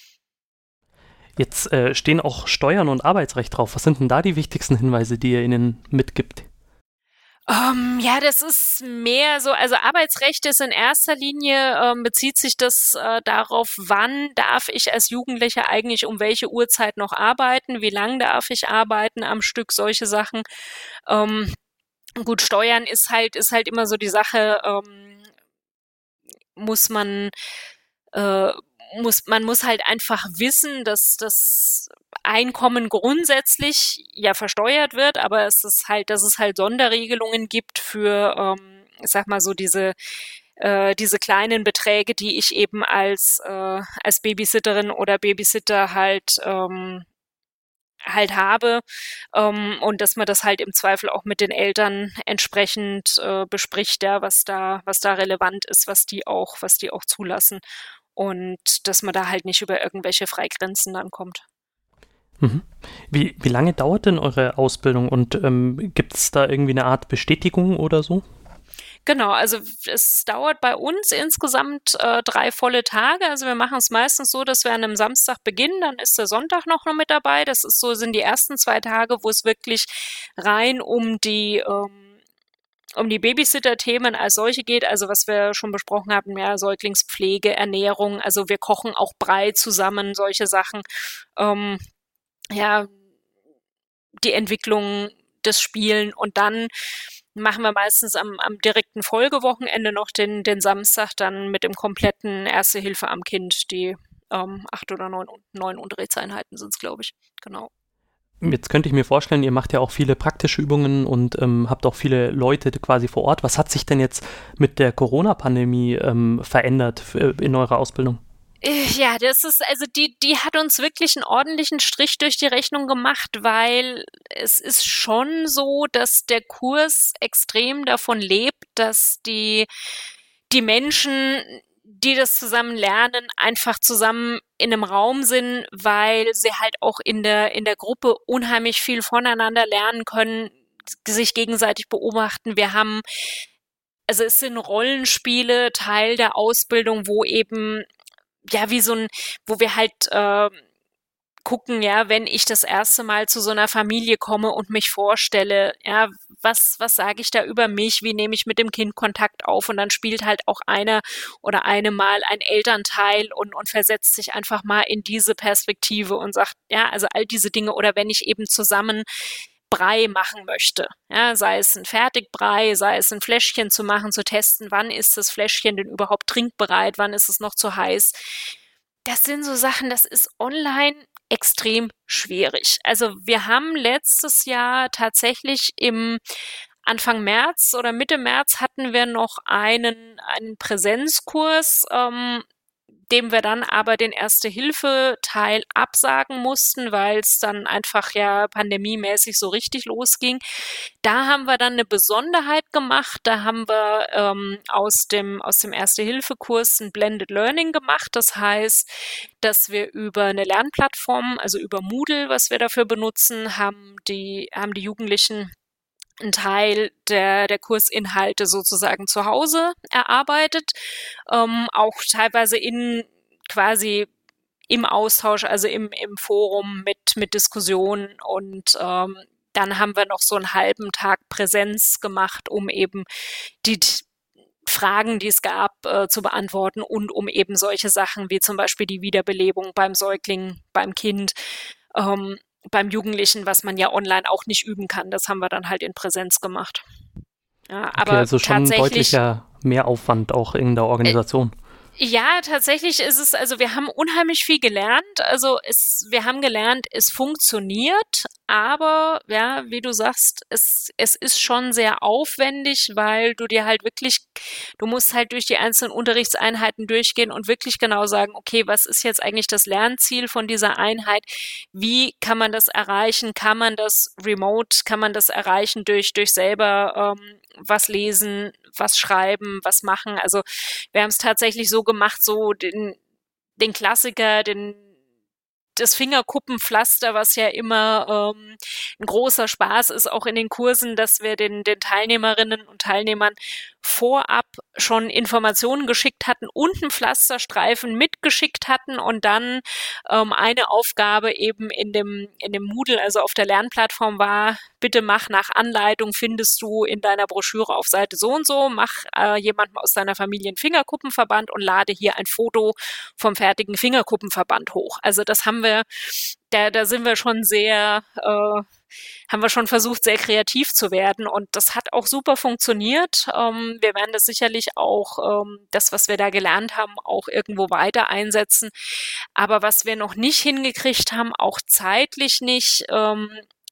Jetzt äh, stehen auch Steuern und Arbeitsrecht drauf. Was sind denn da die wichtigsten Hinweise, die ihr ihnen mitgibt? Um, ja, das ist mehr so, also Arbeitsrecht ist in erster Linie, ähm, bezieht sich das äh, darauf, wann darf ich als Jugendlicher eigentlich um welche Uhrzeit noch arbeiten, wie lang darf ich arbeiten am Stück, solche Sachen. Ähm, gut, Steuern ist halt, ist halt immer so die Sache, ähm, muss man, äh, muss, man muss halt einfach wissen, dass das Einkommen grundsätzlich ja versteuert wird, aber es ist halt, dass es halt Sonderregelungen gibt für, ähm, ich sag mal so diese äh, diese kleinen Beträge, die ich eben als äh, als Babysitterin oder Babysitter halt ähm, halt habe, ähm, und dass man das halt im Zweifel auch mit den Eltern entsprechend äh, bespricht, ja, was da was da relevant ist, was die auch was die auch zulassen, und dass man da halt nicht über irgendwelche Freigrenzen dann kommt. Mhm. Wie, wie lange dauert denn eure Ausbildung, und ähm, gibt es da irgendwie eine Art Bestätigung oder so? Genau, also es dauert bei uns insgesamt äh, drei volle Tage. Also wir machen es meistens so, dass wir an einem Samstag beginnen, dann ist der Sonntag noch mit dabei. Das ist so, sind die ersten zwei Tage, wo es wirklich rein um die ähm, um die Babysitter-Themen als solche geht, also was wir schon besprochen haben, ja, Säuglingspflege, Ernährung, also wir kochen auch Brei zusammen, solche Sachen. Ähm, ja, die Entwicklung, das Spielen, und dann machen wir meistens am, am direkten Folgewochenende noch den, den Samstag dann mit dem kompletten Erste Hilfe am Kind, die ähm, acht oder neun, neun Unterrichtseinheiten sind es, glaube ich, genau. Jetzt könnte ich mir vorstellen, ihr macht ja auch viele praktische Übungen und ähm, habt auch viele Leute quasi vor Ort. Was hat sich denn jetzt mit der Corona-Pandemie ähm, verändert in eurer Ausbildung? Ja, das ist, also die, die hat uns wirklich einen ordentlichen Strich durch die Rechnung gemacht, weil es ist schon so, dass der Kurs extrem davon lebt, dass die, die Menschen, die das zusammen lernen, einfach zusammen in einem Raum sind, weil sie halt auch in der, in der Gruppe unheimlich viel voneinander lernen können, sich gegenseitig beobachten. Wir haben, also es sind Rollenspiele Teil der Ausbildung, wo eben ja, wie so ein, wo wir halt äh, gucken, ja, wenn ich das erste Mal zu so einer Familie komme und mich vorstelle, ja, was, was sage ich da über mich, wie nehme ich mit dem Kind Kontakt auf, und dann spielt halt auch einer oder eine mal ein Elternteil und, und versetzt sich einfach mal in diese Perspektive und sagt, ja, also all diese Dinge, oder wenn ich eben zusammen Brei machen möchte, ja, sei es ein Fertigbrei, sei es ein Fläschchen zu machen, zu testen, wann ist das Fläschchen denn überhaupt trinkbereit, wann ist es noch zu heiß. Das sind so Sachen, das ist online extrem schwierig. Also wir haben letztes Jahr tatsächlich im Anfang März oder Mitte März hatten wir noch einen, einen Präsenzkurs, ähm, dem wir dann aber den Erste-Hilfe-Teil absagen mussten, weil es dann einfach ja pandemiemäßig so richtig losging. Da haben wir dann eine Besonderheit gemacht. Da haben wir ähm, aus dem, aus dem Erste-Hilfe-Kurs ein Blended Learning gemacht. Das heißt, dass wir über eine Lernplattform, also über Moodle, was wir dafür benutzen, haben die, haben die Jugendlichen ein Teil der, der Kursinhalte sozusagen zu Hause erarbeitet, ähm, auch teilweise in quasi im Austausch, also im, im Forum mit, mit Diskussionen, und ähm, dann haben wir noch so einen halben Tag Präsenz gemacht, um eben die Fragen, die es gab, äh, zu beantworten und um eben solche Sachen wie zum Beispiel die Wiederbelebung beim Säugling, beim Kind, ähm, beim Jugendlichen, was man ja online auch nicht üben kann. Das haben wir dann halt in Präsenz gemacht. Ja, aber okay, also schon ein deutlicher Mehraufwand auch in der Organisation. Äh, Ja, tatsächlich ist es, also wir haben unheimlich viel gelernt. Also es, wir haben gelernt, es funktioniert, aber ja, wie du sagst, es, es ist schon sehr aufwendig, weil du dir halt wirklich, du musst halt durch die einzelnen Unterrichtseinheiten durchgehen und wirklich genau sagen, okay, was ist jetzt eigentlich das Lernziel von dieser Einheit? Wie kann man das erreichen? Kann man das remote? Kann man das erreichen durch, durch selber ähm, was lesen, was schreiben, was machen? Also wir haben es tatsächlich so gemacht, so den, den Klassiker, den das Fingerkuppenpflaster, was ja immer ähm, ein großer Spaß ist, auch in den Kursen, dass wir den, den Teilnehmerinnen und Teilnehmern vorab schon Informationen geschickt hatten und einen Pflasterstreifen mitgeschickt hatten und dann ähm, eine Aufgabe eben in dem, in dem Moodle, also auf der Lernplattform war, bitte mach nach Anleitung, findest du in deiner Broschüre auf Seite so und so, mach äh, jemandem aus deiner Familie einen Fingerkuppenverband und lade hier ein Foto vom fertigen Fingerkuppenverband hoch. Also das haben wir, da, da sind wir schon sehr, äh, haben wir schon versucht, sehr kreativ zu werden, und das hat auch super funktioniert. Ähm, wir werden das sicherlich auch, ähm, das, was wir da gelernt haben, auch irgendwo weiter einsetzen. Aber was wir noch nicht hingekriegt haben, auch zeitlich nicht, ähm,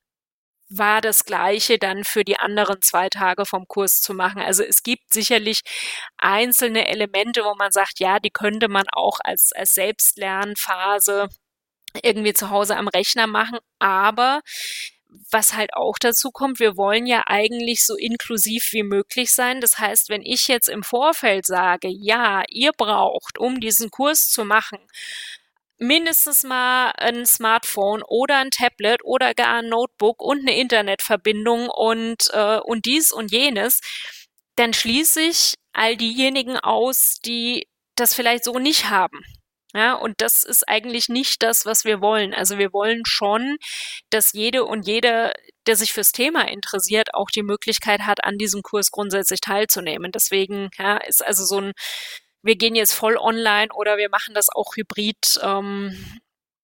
war das Gleiche dann für die anderen zwei Tage vom Kurs zu machen. Also es gibt sicherlich einzelne Elemente, wo man sagt, ja, die könnte man auch als, als Selbstlernphase irgendwie zu Hause am Rechner machen, aber was halt auch dazu kommt, wir wollen ja eigentlich so inklusiv wie möglich sein. Das heißt, wenn ich jetzt im Vorfeld sage, ja, ihr braucht, um diesen Kurs zu machen, mindestens mal ein Smartphone oder ein Tablet oder gar ein Notebook und eine Internetverbindung und, äh, und dies und jenes, dann schließe ich all diejenigen aus, die das vielleicht so nicht haben. Ja, und das ist eigentlich nicht das, was wir wollen. Also wir wollen schon, dass jede und jeder, der sich fürs Thema interessiert, auch die Möglichkeit hat, an diesem Kurs grundsätzlich teilzunehmen. Deswegen ja, ist also so ein, wir gehen jetzt voll online oder wir machen das auch hybrid. Ähm,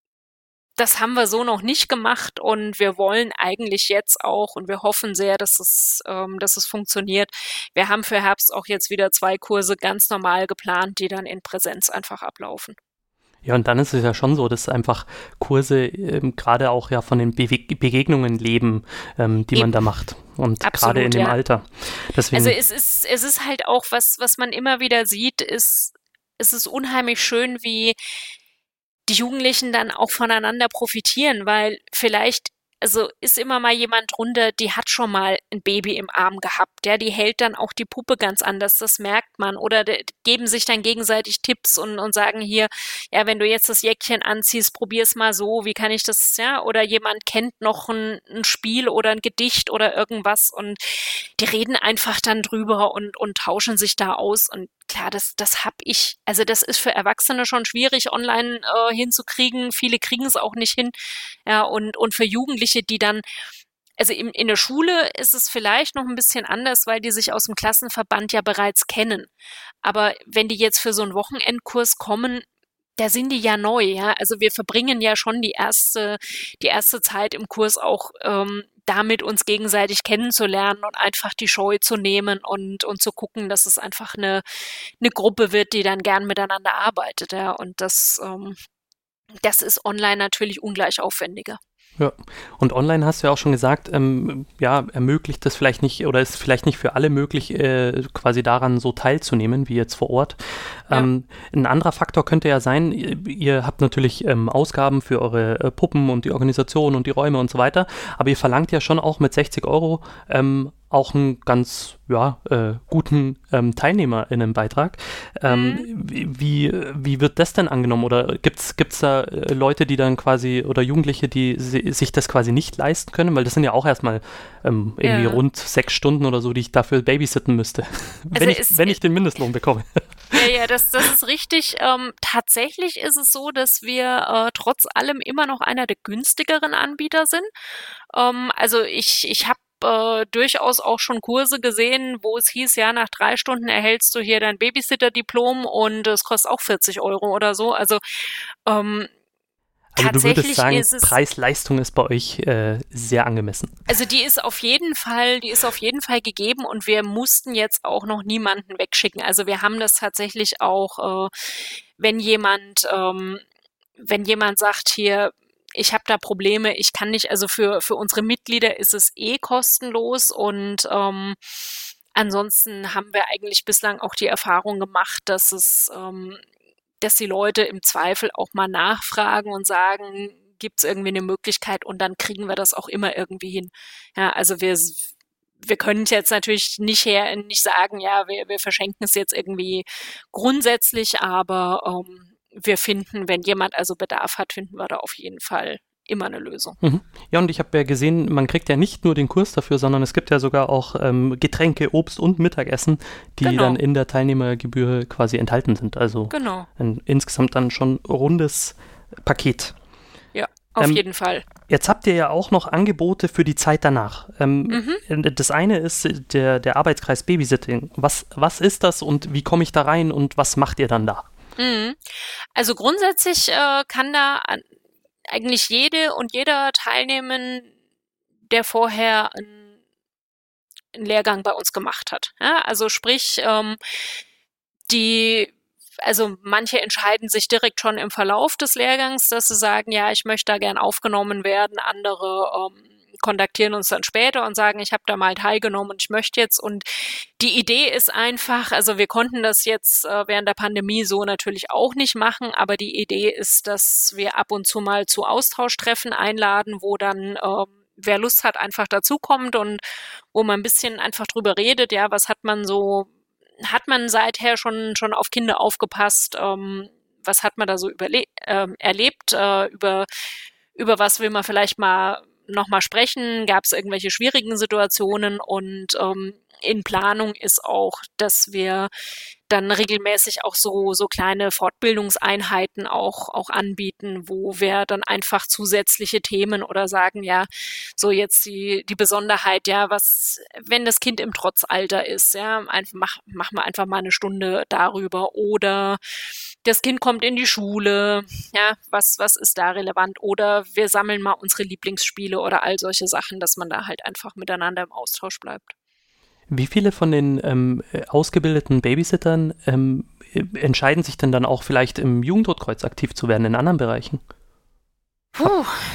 das haben wir so noch nicht gemacht, und wir wollen eigentlich jetzt auch, und wir hoffen sehr, dass es, ähm, dass es funktioniert. Wir haben für Herbst auch jetzt wieder zwei Kurse ganz normal geplant, die dann in Präsenz einfach ablaufen. Ja, und dann ist es ja schon so, dass einfach Kurse ähm, gerade auch ja von den Be- Begegnungen leben, ähm, die Eben. man da macht. Und Absolut, gerade in dem ja. Alter. Deswegen also es ist, es ist halt auch, was, was man immer wieder sieht, ist, es ist unheimlich schön, wie die Jugendlichen dann auch voneinander profitieren, weil vielleicht, also ist immer mal jemand drunter, die hat schon mal ein Baby im Arm gehabt, ja, die hält dann auch die Puppe ganz anders, das merkt man, oder de, geben sich dann gegenseitig Tipps und, und sagen hier, ja, wenn du jetzt das Jäckchen anziehst, probier's mal so, wie kann ich das, ja, oder jemand kennt noch ein, ein Spiel oder ein Gedicht oder irgendwas und die reden einfach dann drüber und, und tauschen sich da aus und klar, das, das hab ich, also das ist für Erwachsene schon schwierig, online äh, hinzukriegen. Viele kriegen es auch nicht hin. Ja, und, und für Jugendliche, die dann, also in, in der Schule ist es vielleicht noch ein bisschen anders, weil die sich aus dem Klassenverband ja bereits kennen. Aber wenn die jetzt für so einen Wochenendkurs kommen, da sind die ja neu, ja. Also wir verbringen ja schon die erste, die erste Zeit im Kurs auch ähm, damit, uns gegenseitig kennenzulernen und einfach die Scheu zu nehmen und, und zu gucken, dass es einfach eine, eine Gruppe wird, die dann gern miteinander arbeitet, ja. Und das, ähm, das ist online natürlich ungleich aufwendiger. Ja, und online hast du ja auch schon gesagt, ähm, ja, ermöglicht das vielleicht nicht oder ist vielleicht nicht für alle möglich, äh, quasi daran so teilzunehmen, wie jetzt vor Ort. Ja. Ähm, ein anderer Faktor könnte ja sein, ihr, ihr habt natürlich ähm, Ausgaben für eure äh, Puppen und die Organisation und die Räume und so weiter, aber ihr verlangt ja schon auch mit sechzig Euro ähm, auch einen ganz ja, äh, guten ähm, TeilnehmerInnenbeitrag. Ähm, mhm. wie, wie wird das denn angenommen? Oder gibt's gibt's da äh, Leute, die dann quasi, oder Jugendliche, die si- sich das quasi nicht leisten können? Weil das sind ja auch erstmal ähm, irgendwie ja. rund sechs Stunden oder so, die ich dafür babysitten müsste, wenn, also ich, wenn ich den Mindestlohn bekomme. Ja, ja, das, das ist richtig. Ähm, tatsächlich ist es so, dass wir äh, trotz allem immer noch einer der günstigeren Anbieter sind. Ähm, also ich, ich habe Äh, durchaus auch schon Kurse gesehen, wo es hieß, ja, nach drei Stunden erhältst du hier dein Babysitter-Diplom und es kostet auch vierzig Euro oder so. Also ähm, Also du würdest sagen, ist es, Preis-Leistung ist bei euch äh, sehr angemessen. Also die ist auf jeden Fall, die ist auf jeden Fall gegeben und wir mussten jetzt auch noch niemanden wegschicken. Also wir haben das tatsächlich auch, äh, wenn jemand, ähm, wenn jemand sagt hier, ich habe da Probleme, ich kann nicht, also für, für unsere Mitglieder ist es eh kostenlos und ähm, ansonsten haben wir eigentlich bislang auch die Erfahrung gemacht, dass es, ähm, dass die Leute im Zweifel auch mal nachfragen und sagen, gibt es irgendwie eine Möglichkeit und dann kriegen wir das auch immer irgendwie hin. Ja, also wir, wir können jetzt natürlich nicht her, nicht sagen, ja, wir, wir verschenken es jetzt irgendwie grundsätzlich, aber ähm, wir finden, wenn jemand also Bedarf hat, finden wir da auf jeden Fall immer eine Lösung. Mhm. Ja, und ich habe ja gesehen, man kriegt ja nicht nur den Kurs dafür, sondern es gibt ja sogar auch ähm, Getränke, Obst und Mittagessen, die genau. dann in der Teilnehmergebühr quasi enthalten sind. Also genau. ein, insgesamt dann schon rundes Paket. Ja, auf ähm, jeden Fall. Jetzt habt ihr ja auch noch Angebote für die Zeit danach. Ähm, mhm. Das eine ist der, der Arbeitskreis Babysitting. Was, was ist das und wie komme ich da rein und was macht ihr dann da? Also grundsätzlich äh, kann da eigentlich jede und jeder teilnehmen, der vorher einen, einen Lehrgang bei uns gemacht hat. Ja, also sprich, ähm, die, also manche entscheiden sich direkt schon im Verlauf des Lehrgangs, dass sie sagen, ja, ich möchte da gern aufgenommen werden, andere ähm, kontaktieren uns dann später und sagen, ich habe da mal teilgenommen und ich möchte jetzt. Und die Idee ist einfach, also wir konnten das jetzt äh, während der Pandemie so natürlich auch nicht machen, aber die Idee ist, dass wir ab und zu mal zu Austauschtreffen einladen, wo dann äh, wer Lust hat, einfach dazukommt und wo man ein bisschen einfach drüber redet, ja, was hat man so, hat man seither schon schon auf Kinder aufgepasst, ähm, was hat man da so überle- äh, erlebt, äh, über über was will man vielleicht mal nochmal sprechen, gab es irgendwelche schwierigen Situationen und ähm, in Planung ist auch, dass wir dann regelmäßig auch so so kleine Fortbildungseinheiten auch auch anbieten, wo wir dann einfach zusätzliche Themen oder sagen, ja, so jetzt die die Besonderheit, ja, was, wenn das Kind im Trotzalter ist, ja, einfach mach, machen wir einfach mal eine Stunde darüber oder das Kind kommt in die Schule, ja, was was ist da relevant oder wir sammeln mal unsere Lieblingsspiele oder all solche Sachen, dass man da halt einfach miteinander im Austausch bleibt. Wie viele von den ähm, ausgebildeten Babysittern ähm, entscheiden sich denn dann auch vielleicht im Jugendrotkreuz aktiv zu werden in anderen Bereichen? Puh,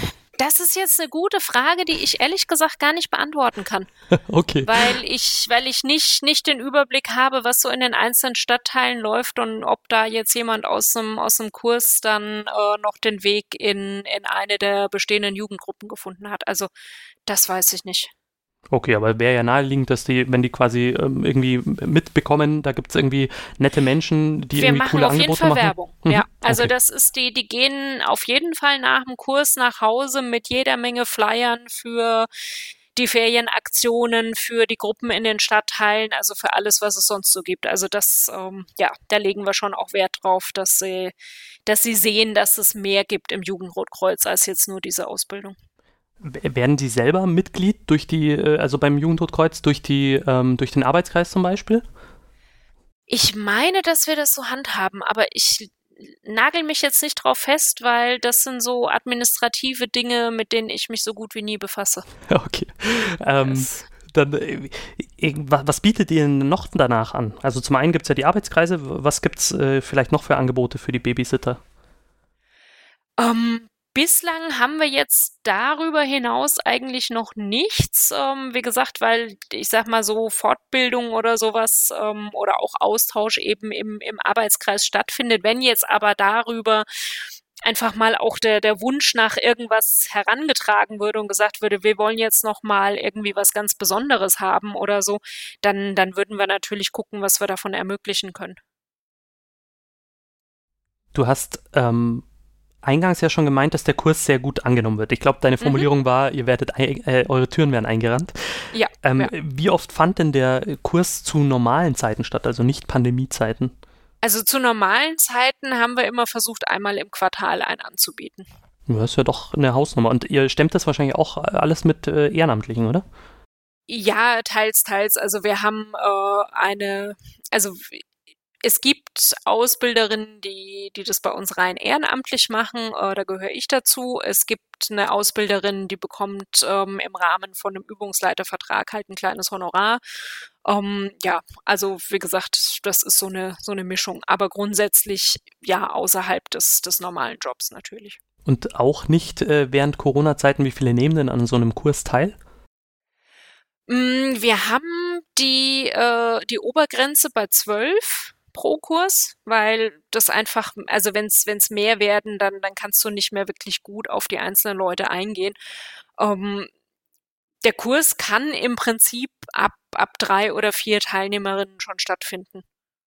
Das ist jetzt eine gute Frage, die ich ehrlich gesagt gar nicht beantworten kann. Okay. Weil ich, weil ich nicht, nicht den Überblick habe, was so in den einzelnen Stadtteilen läuft und ob da jetzt jemand aus dem, aus dem Kurs dann äh, noch den Weg in, in eine der bestehenden Jugendgruppen gefunden hat. Also das weiß ich nicht. Okay, aber wäre ja naheliegend, dass die, wenn die quasi ähm, irgendwie mitbekommen, da gibt es irgendwie nette Menschen, die Wir irgendwie machen coole auf jeden Angebote Fall machen. Werbung. Mhm. Ja, also Okay. das ist die, die gehen auf jeden Fall nach dem Kurs nach Hause mit jeder Menge Flyern für die Ferienaktionen, für die Gruppen in den Stadtteilen, also für alles, was es sonst so gibt. Also das, ähm, ja, da legen wir schon auch Wert drauf, dass sie, dass sie sehen, dass es mehr gibt im Jugendrotkreuz als jetzt nur diese Ausbildung. W- Werden Sie selber Mitglied durch die, äh, also beim Jugendrotkreuz, durch die, ähm, durch den Arbeitskreis zum Beispiel? Ich meine, dass wir das so handhaben, aber ich nagel mich jetzt nicht drauf fest, weil das sind so administrative Dinge, mit denen ich mich so gut wie nie befasse. Okay. Ähm, Das, dann, äh, äh, wa- was bietet ihr denn noch danach an? Also zum einen gibt es ja die Arbeitskreise, w- was gibt es äh, vielleicht noch für Angebote für die Babysitter? ähm, bislang haben wir jetzt darüber hinaus eigentlich noch nichts. Ähm, wie gesagt, weil ich sag mal so Fortbildung oder sowas ähm, oder auch Austausch eben im, im Arbeitskreis stattfindet. Wenn jetzt aber darüber einfach mal auch der, der Wunsch nach irgendwas herangetragen würde und gesagt würde, wir wollen jetzt noch mal irgendwie was ganz Besonderes haben oder so, dann, dann würden wir natürlich gucken, was wir davon ermöglichen können. Du hast ähm, eingangs ja schon gemeint, dass der Kurs sehr gut angenommen wird. Ich glaube, deine Mhm. Formulierung war, ihr werdet ei- äh, eure Türen werden eingerannt. Ja, Ähm, ja. Wie oft fand denn der Kurs zu normalen Zeiten statt, also nicht Pandemiezeiten? Also zu normalen Zeiten haben wir immer versucht, einmal im Quartal einen anzubieten. Ja, das ist ja doch eine Hausnummer. Und ihr stemmt das wahrscheinlich auch alles mit äh, Ehrenamtlichen, oder? Ja, teils, teils. Also wir haben äh, eine, also w- es gibt Ausbilderinnen, die, die das bei uns rein ehrenamtlich machen. Äh, da gehöre ich dazu. Es gibt eine Ausbilderin, die bekommt ähm, im Rahmen von einem Übungsleitervertrag halt ein kleines Honorar. Ähm, ja, also wie gesagt, das ist so eine so eine Mischung. Aber grundsätzlich ja außerhalb des des normalen Jobs natürlich. Und auch nicht äh, während Corona-Zeiten, wie viele nehmen denn an so einem Kurs teil? Mm, Wir haben die, äh, die Obergrenze bei zwölf pro Kurs, weil das einfach, also wenn es wenn es mehr werden, dann, dann kannst du nicht mehr wirklich gut auf die einzelnen Leute eingehen. Ähm, der Kurs kann im Prinzip ab, ab drei oder vier Teilnehmerinnen schon stattfinden.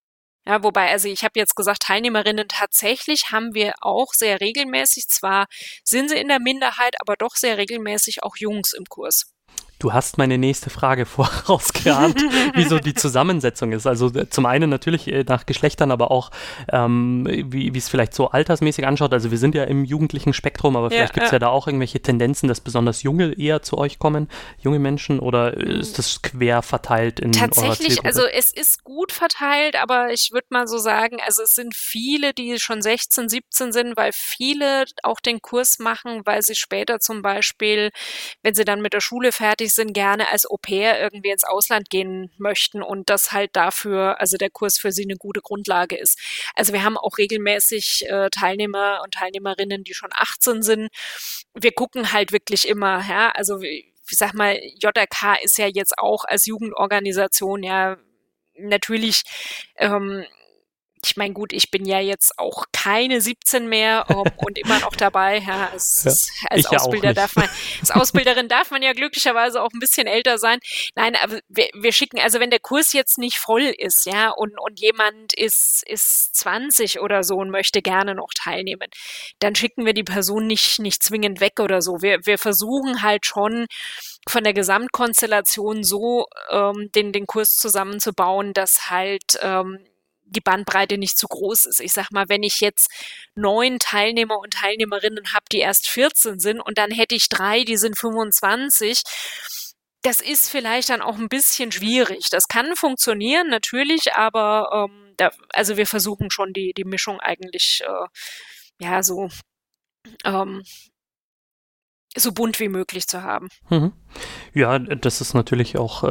Ja, wobei, also ich habe jetzt gesagt, Teilnehmerinnen tatsächlich haben wir auch sehr regelmäßig, zwar sind sie in der Minderheit, aber doch sehr regelmäßig auch Jungs im Kurs. Du hast meine nächste Frage vorausgeahnt, wie so die Zusammensetzung ist. Also äh, zum einen natürlich äh, nach Geschlechtern, aber auch ähm, wie wie es vielleicht so altersmäßig anschaut. Also wir sind ja im jugendlichen Spektrum, aber Ja, vielleicht gibt es ja. ja da auch irgendwelche Tendenzen, dass besonders Junge eher zu euch kommen, junge Menschen, oder ist das quer verteilt in eurer Tatsächlich, Zielgruppe? also es ist gut verteilt, aber ich würde mal so sagen, also es sind viele, die schon sechzehn, siebzehn sind, weil viele auch den Kurs machen, weil sie später zum Beispiel, wenn sie dann mit der Schule fertig sind, gerne als Au-pair irgendwie ins Ausland gehen möchten und das halt dafür, also der Kurs für sie eine gute Grundlage ist. Also wir haben auch regelmäßig äh, Teilnehmer und Teilnehmerinnen, die schon achtzehn sind. Wir gucken halt wirklich immer, ja, also wie- ich sag mal, J R K ist ja jetzt auch als Jugendorganisation ja natürlich, ähm, ich meine, gut, ich bin ja jetzt auch keine siebzehn mehr ähm, und immer noch dabei. Ja, es, Ja, es, als ich ja auch Ausbilder nicht. darf man, als Ausbilderin darf man ja glücklicherweise auch ein bisschen älter sein. Nein, aber wir, wir schicken, also wenn der Kurs jetzt nicht voll ist, ja, und, und jemand ist, ist zwanzig oder so und möchte gerne noch teilnehmen, dann schicken wir die Person nicht, nicht zwingend weg oder so. Wir, wir versuchen halt schon von der Gesamtkonstellation so ähm, den, den Kurs zusammenzubauen, dass halt ähm, die Bandbreite nicht zu groß ist. Ich sag mal, wenn ich jetzt neun Teilnehmer und Teilnehmerinnen habe, die erst vierzehn sind und dann hätte ich drei, die sind fünfundzwanzig, das ist vielleicht dann auch ein bisschen schwierig. Das kann funktionieren, natürlich, aber ähm, da, also wir versuchen schon die, die Mischung eigentlich äh, ja so, ähm, so bunt wie möglich zu haben. Mhm. Ja, das ist natürlich auch äh,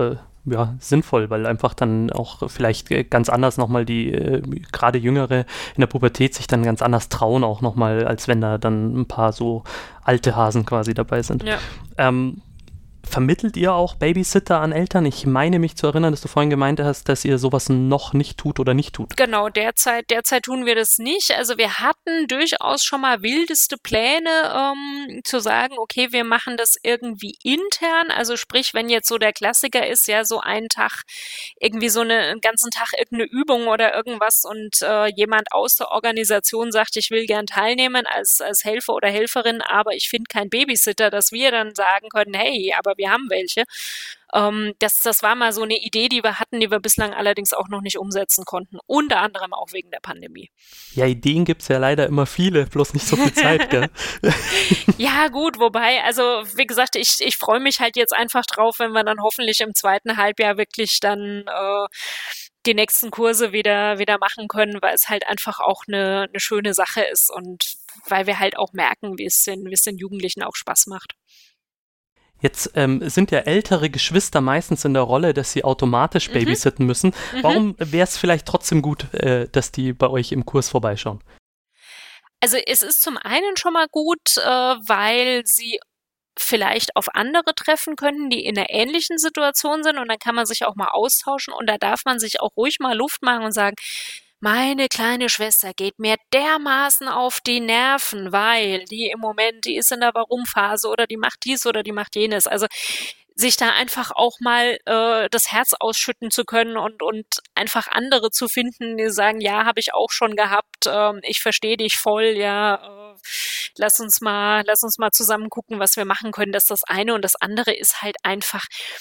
ja, sinnvoll, weil einfach dann auch vielleicht ganz anders nochmal die, äh, gerade Jüngere in der Pubertät sich dann ganz anders trauen, auch nochmal, als wenn da dann ein paar so alte Hasen quasi dabei sind. Ja. Ähm, Vermittelt ihr auch Babysitter an Eltern? Ich meine mich zu erinnern, dass du vorhin gemeint hast, dass ihr sowas noch nicht tut oder nicht tut. Genau, derzeit, derzeit tun wir das nicht. Also wir hatten durchaus schon mal wildeste Pläne, ähm, zu sagen, okay, wir machen das irgendwie intern. Also sprich, wenn jetzt so der Klassiker ist, ja, so einen Tag, irgendwie so eine, einen ganzen Tag irgendeine Übung oder irgendwas und äh, jemand aus der Organisation sagt, ich will gern teilnehmen als, als Helfer oder Helferin, aber ich finde keinen Babysitter, dass wir dann sagen können, hey, aber wir haben welche. Ähm, das, das war mal so eine Idee, die wir hatten, die wir bislang allerdings auch noch nicht umsetzen konnten. Unter anderem auch wegen der Pandemie. Ja, Ideen gibt es ja leider immer viele, bloß nicht so viel Zeit, gell? Ja, gut, wobei, also wie gesagt, ich, ich freue mich halt jetzt einfach drauf, wenn wir dann hoffentlich im zweiten Halbjahr wirklich dann äh, die nächsten Kurse wieder, wieder machen können, weil es halt einfach auch eine, eine schöne Sache ist und weil wir halt auch merken, wie es den, wie es den Jugendlichen auch Spaß macht. Jetzt ähm, sind ja ältere Geschwister meistens in der Rolle, dass sie automatisch Mhm. babysitten müssen. Mhm. Warum wäre es vielleicht trotzdem gut, äh, dass die bei euch im Kurs vorbeischauen? Also es ist zum einen schon mal gut, äh, weil sie vielleicht auf andere treffen könnten, die in einer ähnlichen Situation sind und dann kann man sich auch mal austauschen und da darf man sich auch ruhig mal Luft machen und sagen, meine kleine Schwester geht mir dermaßen auf die Nerven, weil die im Moment, die ist in der Warum-Phase oder die macht dies oder die macht jenes. Also sich da einfach auch mal äh, das Herz ausschütten zu können und und einfach andere zu finden, die sagen, ja, habe ich auch schon gehabt, ähm, ich verstehe dich voll, ja, äh, lass uns mal, lass uns mal zusammen gucken, was wir machen können. Das ist das eine und das andere ist halt einfach,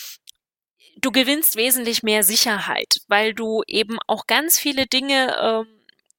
du gewinnst wesentlich mehr Sicherheit, weil du eben auch ganz viele Dinge ähm,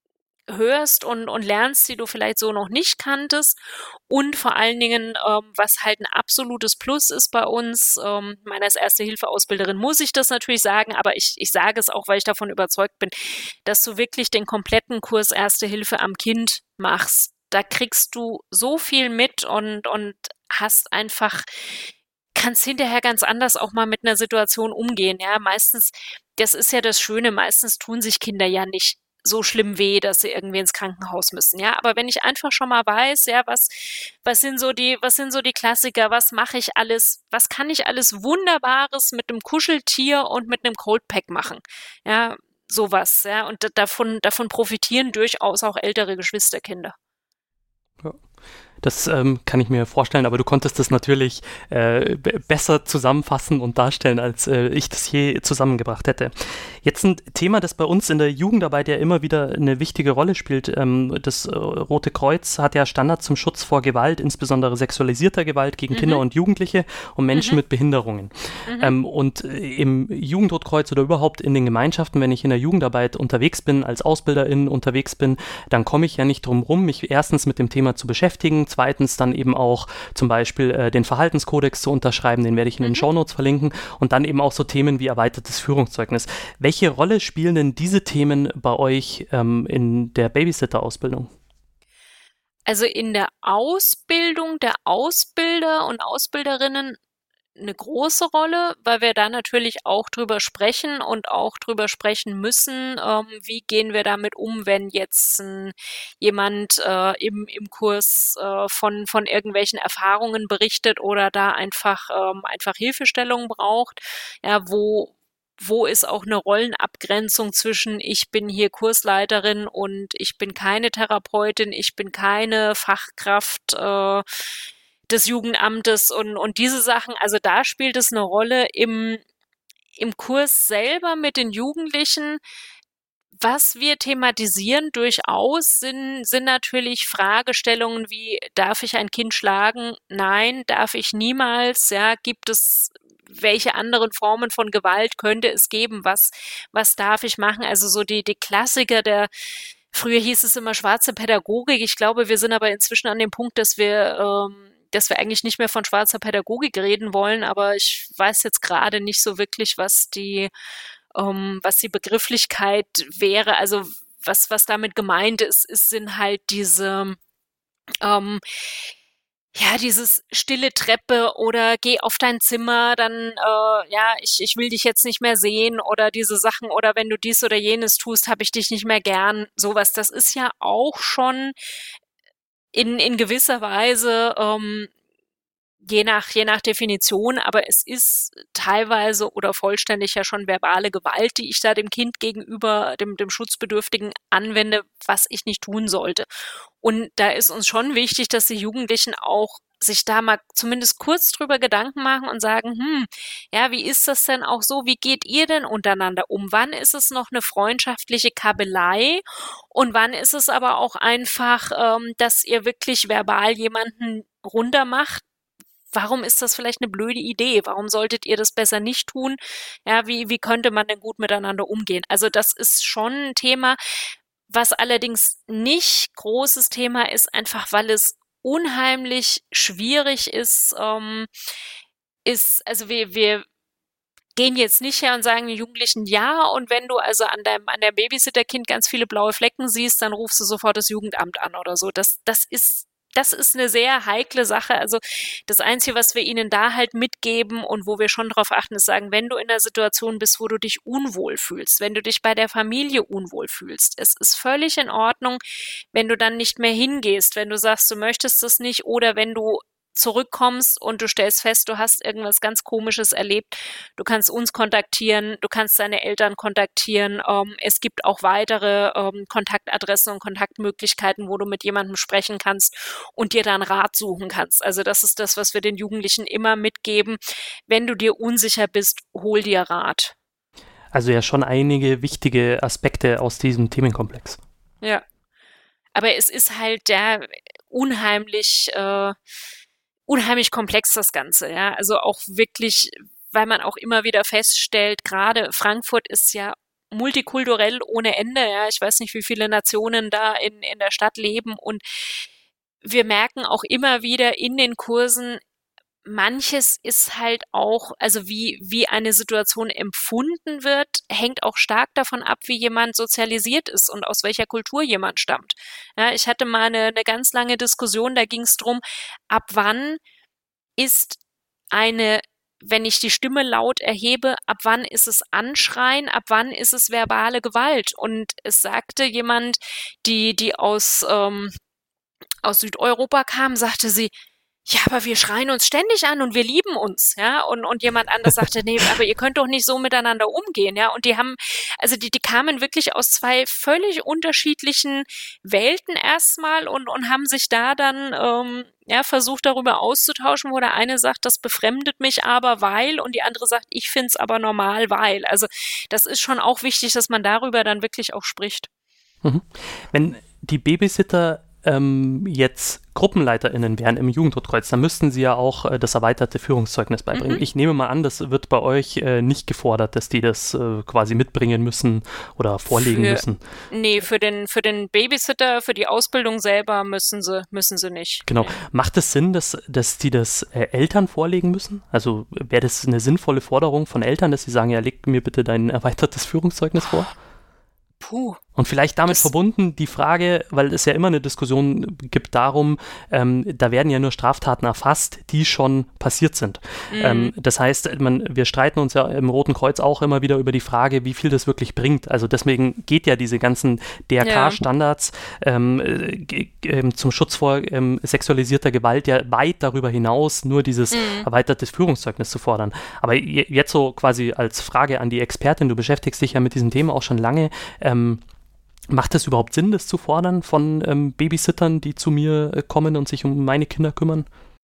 hörst und, und lernst, die du vielleicht so noch nicht kanntest. Und vor allen Dingen, ähm, was halt ein absolutes Plus ist bei uns, ähm, meiner als Erste-Hilfe-Ausbilderin muss ich das natürlich sagen, aber ich, ich sage es auch, weil ich davon überzeugt bin, dass du wirklich den kompletten Kurs Erste Hilfe am Kind machst. Da kriegst du so viel mit und, und hast einfach, kannst hinterher ganz anders auch mal mit einer Situation umgehen. Ja, meistens, das ist ja das Schöne, meistens tun sich Kinder ja nicht so schlimm weh, dass sie irgendwie ins Krankenhaus müssen, ja. Aber wenn ich einfach schon mal weiß, ja, was, was sind so die, was sind so die Klassiker, was mache ich alles, was kann ich alles Wunderbares mit einem Kuscheltier und mit einem Cold Pack machen, ja, sowas, ja. Und davon, davon profitieren durchaus auch ältere Geschwisterkinder. Ja. Das ähm, kann ich mir vorstellen, aber du konntest das natürlich äh, b- besser zusammenfassen und darstellen, als äh, ich das je zusammengebracht hätte. Jetzt ein Thema, das bei uns in der Jugendarbeit ja immer wieder eine wichtige Rolle spielt. Ähm, das äh, Rote Kreuz hat ja Standards zum Schutz vor Gewalt, insbesondere sexualisierter Gewalt gegen Mhm. Kinder und Jugendliche und Menschen Mhm. mit Behinderungen. Mhm. Ähm, und äh, im Jugendrotkreuz oder überhaupt in den Gemeinschaften, wenn ich in der Jugendarbeit unterwegs bin, als Ausbilderin unterwegs bin, dann komme ich ja nicht drum rum, mich erstens mit dem Thema zu beschäftigen, zweitens dann eben auch zum Beispiel äh, den Verhaltenskodex zu unterschreiben, den werde ich in den Mhm. Shownotes verlinken und dann eben auch so Themen wie erweitertes Führungszeugnis. Welche Rolle spielen denn diese Themen bei euch ähm, in der Babysitter-Ausbildung? Also in der Ausbildung der Ausbilder und Ausbilderinnen eine große Rolle, weil wir da natürlich auch drüber sprechen und auch drüber sprechen müssen, ähm, wie gehen wir damit um, wenn jetzt ein, jemand äh, im, im Kurs äh, von, von irgendwelchen Erfahrungen berichtet oder da einfach, ähm, einfach Hilfestellung braucht, ja, wo wo ist auch eine Rollenabgrenzung zwischen ich bin hier Kursleiterin und ich bin keine Therapeutin, ich bin keine Fachkraft äh, des Jugendamtes und, und diese Sachen. Also da spielt es eine Rolle im, im Kurs selber mit den Jugendlichen. Was wir thematisieren durchaus sind, sind natürlich Fragestellungen wie, darf ich ein Kind schlagen? Nein, darf ich niemals. Ja, gibt es, welche anderen Formen von Gewalt könnte es geben? Was, was darf ich machen? Also so die, die Klassiker der, früher hieß es immer schwarze Pädagogik. Ich glaube, wir sind aber inzwischen an dem Punkt, dass wir, ähm, dass wir eigentlich nicht mehr von schwarzer Pädagogik reden wollen, aber ich weiß jetzt gerade nicht so wirklich, was die, ähm, was die Begrifflichkeit wäre. Also was, was damit gemeint ist, ist sind halt diese, ähm, ja, dieses stille Treppe oder geh auf dein Zimmer, dann, äh, ja, ich, ich will dich jetzt nicht mehr sehen oder diese Sachen oder wenn du dies oder jenes tust, habe ich dich nicht mehr gern. Sowas, das ist ja auch schon in, in gewisser Weise, ähm, je nach, je nach Definition, aber es ist teilweise oder vollständig ja schon verbale Gewalt, die ich da dem Kind gegenüber, dem, dem Schutzbedürftigen anwende, was ich nicht tun sollte. Und da ist uns schon wichtig, dass die Jugendlichen auch sich da mal zumindest kurz drüber Gedanken machen und sagen, hm, ja, wie ist das denn auch so? Wie geht ihr denn untereinander um? Wann ist es noch eine freundschaftliche Kabelei? Und wann ist es aber auch einfach, ähm, dass ihr wirklich verbal jemanden runtermacht? Warum ist das vielleicht eine blöde Idee? Warum solltet ihr das besser nicht tun? Ja, wie, wie könnte man denn gut miteinander umgehen? Also das ist schon ein Thema, was allerdings nicht großes Thema ist, einfach weil es unheimlich schwierig ist, ähm, ist, also wir, wir gehen jetzt nicht her und sagen den Jugendlichen ja, und wenn du also an deinem, an der Babysitterkind ganz viele blaue Flecken siehst, dann rufst du sofort das Jugendamt an oder so. Das, das ist Das ist eine sehr heikle Sache. Also das Einzige, was wir ihnen da halt mitgeben und wo wir schon drauf achten, ist sagen, wenn du in einer Situation bist, wo du dich unwohl fühlst, wenn du dich bei der Familie unwohl fühlst, es ist völlig in Ordnung, wenn du dann nicht mehr hingehst, wenn du sagst, du möchtest das nicht, oder wenn du zurückkommst und du stellst fest, du hast irgendwas ganz Komisches erlebt, du kannst uns kontaktieren, du kannst deine Eltern kontaktieren. Ähm, es gibt auch weitere ähm, Kontaktadressen und Kontaktmöglichkeiten, wo du mit jemandem sprechen kannst und dir dann Rat suchen kannst. Also das ist das, was wir den Jugendlichen immer mitgeben. Wenn du dir unsicher bist, hol dir Rat. Also ja schon einige wichtige Aspekte aus diesem Themenkomplex. Ja, aber es ist halt der unheimlich äh, unheimlich komplex, das Ganze, ja. Also auch wirklich, weil man auch immer wieder feststellt, gerade Frankfurt ist ja multikulturell ohne Ende, ja. Ich weiß nicht, wie viele Nationen da in, in der Stadt leben, und wir merken auch immer wieder in den Kursen, manches ist halt auch, also wie, wie eine Situation empfunden wird, hängt auch stark davon ab, wie jemand sozialisiert ist und aus welcher Kultur jemand stammt. Ja, ich hatte mal eine, eine ganz lange Diskussion, da ging es drum, ab wann ist eine, wenn ich die Stimme laut erhebe, ab wann ist es Anschreien, ab wann ist es verbale Gewalt? Und es sagte jemand, die, die aus, ähm, aus Südeuropa kam, sagte sie, ja, aber wir schreien uns ständig an und wir lieben uns, ja, und, und jemand anders sagte, nee, aber ihr könnt doch nicht so miteinander umgehen, ja, und die haben, also die, die kamen wirklich aus zwei völlig unterschiedlichen Welten erstmal und, und haben sich da dann, ähm, ja, versucht darüber auszutauschen, wo der eine sagt, das befremdet mich aber, weil, und die andere sagt, ich find's aber normal, weil, also das ist schon auch wichtig, dass man darüber dann wirklich auch spricht. Mhm. Wenn die Babysitter ähm, jetzt GruppenleiterInnen wären im Jugendrotkreuz, dann müssten sie ja auch äh, das erweiterte Führungszeugnis beibringen. Mhm. Ich nehme mal an, das wird bei euch äh, nicht gefordert, dass die das äh, quasi mitbringen müssen oder vorlegen für, müssen. Nee, für den, für den Babysitter, für die Ausbildung selber müssen sie, müssen sie nicht. Genau. Nee. Macht es Sinn, dass, dass die das äh, Eltern vorlegen müssen? Also wäre das eine sinnvolle Forderung von Eltern, dass sie sagen, ja, leg mir bitte dein erweitertes Führungszeugnis vor? Puh. Und vielleicht damit das verbunden die Frage, weil es ja immer eine Diskussion gibt darum, ähm, da werden ja nur Straftaten erfasst, die schon passiert sind. Mhm. Ähm, das heißt, man, wir streiten uns ja im Roten Kreuz auch immer wieder über die Frage, wie viel das wirklich bringt. Also deswegen geht ja diese ganzen D R K-Standards ähm, äh, zum Schutz vor ähm, sexualisierter Gewalt ja weit darüber hinaus, nur dieses mhm. erweitertes Führungszeugnis zu fordern. Aber jetzt so quasi als Frage an die Expertin, du beschäftigst dich ja mit diesem Thema auch schon lange, ähm, macht es überhaupt Sinn, das zu fordern von ähm, Babysittern, die zu mir äh, kommen und sich um meine Kinder kümmern?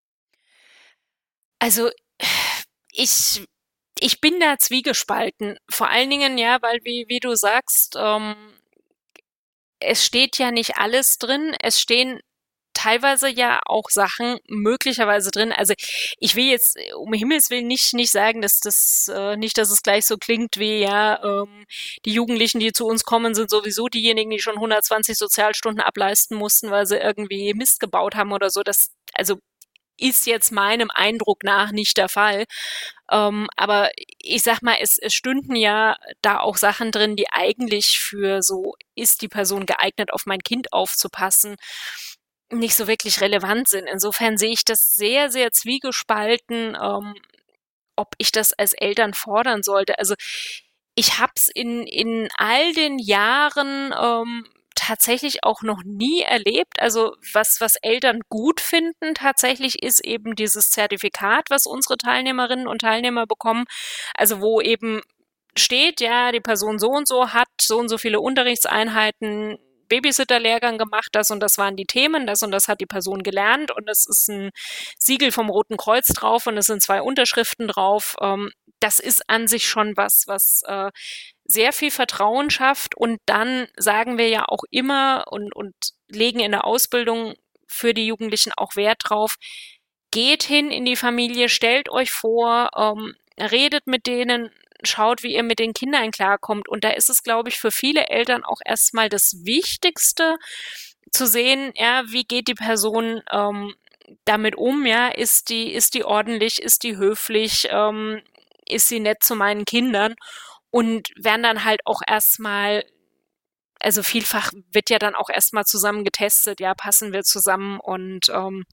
Also ich, ich bin da zwiegespalten. Vor allen Dingen, ja, weil wie, wie du sagst, ähm, es steht ja nicht alles drin. Es stehen teilweise ja auch Sachen möglicherweise drin. Also ich will jetzt um Himmels Willen nicht nicht sagen, dass das äh, nicht, dass es gleich so klingt wie ja ähm, die Jugendlichen, die zu uns kommen, sind sowieso diejenigen, die schon hundertzwanzig Sozialstunden ableisten mussten, weil sie irgendwie Mist gebaut haben oder so. Das also ist jetzt meinem Eindruck nach nicht der Fall. Ähm, aber ich sag mal, es, es stünden ja da auch Sachen drin, die eigentlich für so, ist die Person geeignet, auf mein Kind aufzupassen, nicht so wirklich relevant sind. Insofern sehe ich das sehr, sehr zwiegespalten, ähm, ob ich das als Eltern fordern sollte. Also ich habe es in, in all den Jahren ähm, tatsächlich auch noch nie erlebt. Also was, was Eltern gut finden tatsächlich ist eben dieses Zertifikat, was unsere Teilnehmerinnen und Teilnehmer bekommen. Also wo eben steht, ja, die Person so und so hat so und so viele Unterrichtseinheiten Babysitter-Lehrgang gemacht, das und das waren die Themen, das und das hat die Person gelernt und es ist ein Siegel vom Roten Kreuz drauf und es sind zwei Unterschriften drauf. Ähm, das ist an sich schon was, was äh, sehr viel Vertrauen schafft und dann sagen wir ja auch immer und, und legen in der Ausbildung für die Jugendlichen auch Wert drauf, geht hin in die Familie, stellt euch vor, ähm, redet mit denen, schaut, wie ihr mit den Kindern klarkommt. Und da ist es, glaube ich, für viele Eltern auch erstmal das Wichtigste zu sehen, ja, wie geht die Person ähm, damit um, ja, ist die, ist die ordentlich, ist die höflich, ähm, ist sie nett zu meinen Kindern und werden dann halt auch erstmal, also vielfach wird ja dann auch erstmal zusammen getestet, ja, passen wir zusammen und ähm,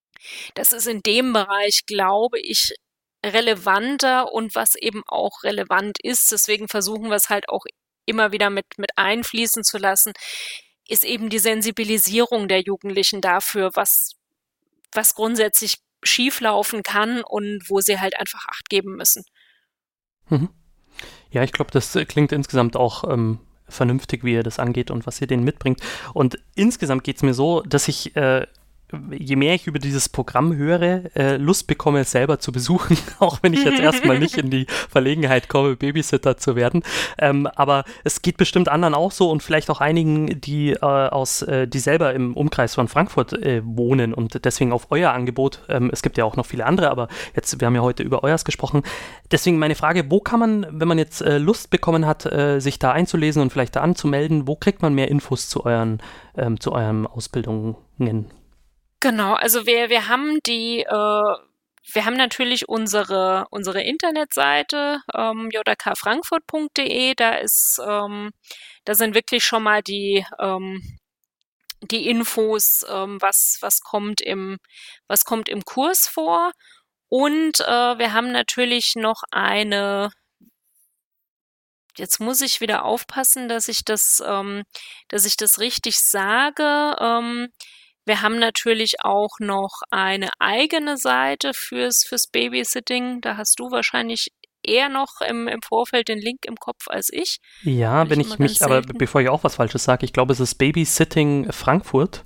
das ist in dem Bereich, glaube ich, relevanter und was eben auch relevant ist, deswegen versuchen wir es halt auch immer wieder mit, mit einfließen zu lassen, ist eben die Sensibilisierung der Jugendlichen dafür, was, was grundsätzlich schieflaufen kann und wo sie halt einfach Acht geben müssen. Mhm. Ja, ich glaube, das klingt insgesamt auch ähm, vernünftig, wie ihr das angeht und was ihr denen mitbringt. Und insgesamt geht es mir so, dass ich äh, je mehr ich über dieses Programm höre, äh, Lust bekomme, es selber zu besuchen, auch wenn ich jetzt erstmal nicht in die Verlegenheit komme, Babysitter zu werden. Ähm, aber es geht bestimmt anderen auch so und vielleicht auch einigen, die äh, aus, äh, die selber im Umkreis von Frankfurt äh, wohnen und deswegen auf euer Angebot, ähm, es gibt ja auch noch viele andere, aber jetzt, wir haben ja heute über euers gesprochen. Deswegen meine Frage, wo kann man, wenn man jetzt äh, Lust bekommen hat, äh, sich da einzulesen und vielleicht da anzumelden, wo kriegt man mehr Infos zu euren, ähm, zu euren Ausbildungen? Genau, also wir, wir haben die, äh, wir haben natürlich unsere, unsere Internetseite, ähm, j k frankfurt punkt d e, da ist, ähm, da sind wirklich schon mal die, ähm, die Infos, ähm, was, was kommt im, was kommt im Kurs vor. Und äh, wir haben natürlich noch eine, jetzt muss ich wieder aufpassen, dass ich das, ähm, dass ich das richtig sage, ähm, wir haben natürlich auch noch eine eigene Seite fürs, fürs Babysitting. Da hast du wahrscheinlich eher noch im, im Vorfeld den Link im Kopf als ich. Ja, wenn ich, ich mich, aber bevor ich auch was Falsches sage, ich glaube, es ist Babysitting Frankfurt.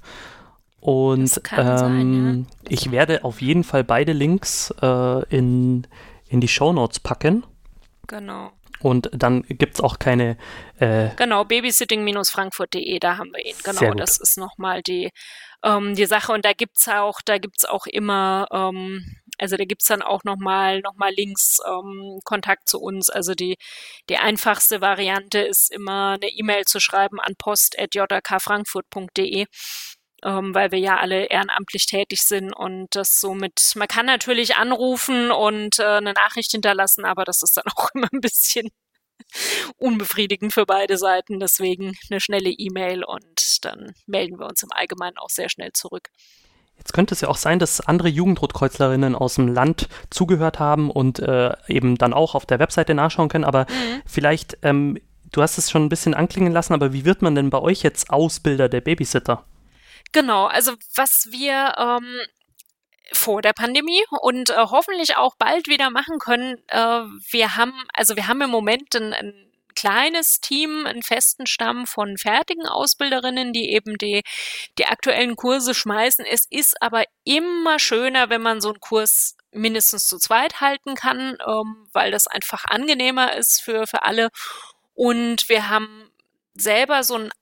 Und ähm, sein, ja. Ich werde auf jeden Fall beide Links äh, in, in die Shownotes packen. Genau. Und dann gibt es auch keine... Äh, genau, babysitting Frankfurt punkt d e, da haben wir ihn. Genau, das ist nochmal die, ähm, die Sache. Und da gibt es auch, da gibt's auch immer, ähm, also da gibt es dann auch nochmal noch mal Links, ähm, Kontakt zu uns. Also die, die einfachste Variante ist immer eine E-Mail zu schreiben an post at j k frankfurt punkt d e. Ähm, weil wir ja alle ehrenamtlich tätig sind und das somit, man kann natürlich anrufen und äh, eine Nachricht hinterlassen, aber das ist dann auch immer ein bisschen unbefriedigend für beide Seiten, deswegen eine schnelle E-Mail und dann melden wir uns im Allgemeinen auch sehr schnell zurück. Jetzt könnte es ja auch sein, dass andere Jugendrotkreuzlerinnen aus dem Land zugehört haben und äh, eben dann auch auf der Webseite nachschauen können, aber mhm. vielleicht, ähm, du hast es schon ein bisschen anklingen lassen, aber wie wird man denn bei euch jetzt Ausbilder der Babysitter? Genau, also was wir ähm, vor der Pandemie und äh, hoffentlich auch bald wieder machen können, äh, wir haben, also wir haben im Moment ein, ein kleines Team, einen festen Stamm von fertigen Ausbilderinnen, die eben die, die aktuellen Kurse schmeißen. Es ist aber immer schöner, wenn man so einen Kurs mindestens zu zweit halten kann, ähm, weil das einfach angenehmer ist für, für alle. Und wir haben selber so einen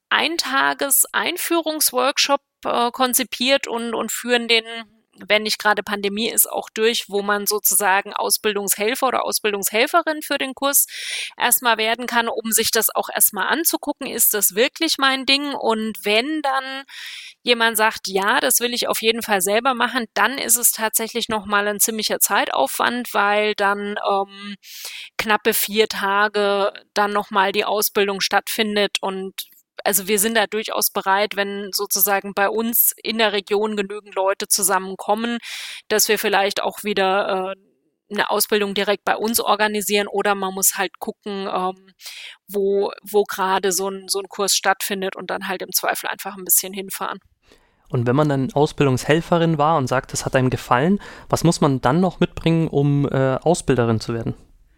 Eintages-Einführungsworkshop äh, konzipiert und, und führen den, wenn nicht gerade Pandemie ist, auch durch, wo man sozusagen Ausbildungshelfer oder Ausbildungshelferin für den Kurs erstmal werden kann, um sich das auch erstmal anzugucken, ist das wirklich mein Ding? Und wenn dann jemand sagt, ja, das will ich auf jeden Fall selber machen, dann ist es tatsächlich nochmal ein ziemlicher Zeitaufwand, weil dann ähm, knappe vier Tage dann nochmal die Ausbildung stattfindet und also wir sind da durchaus bereit, wenn sozusagen bei uns in der Region genügend Leute zusammenkommen, dass wir vielleicht auch wieder äh, eine Ausbildung direkt bei uns organisieren, oder man muss halt gucken, ähm, wo, wo gerade so ein, so ein Kurs stattfindet und dann halt im Zweifel einfach ein bisschen hinfahren. Und wenn man dann Ausbildungshelferin war und sagt, es hat einem gefallen, was muss man dann noch mitbringen, um äh, Ausbilderin zu werden?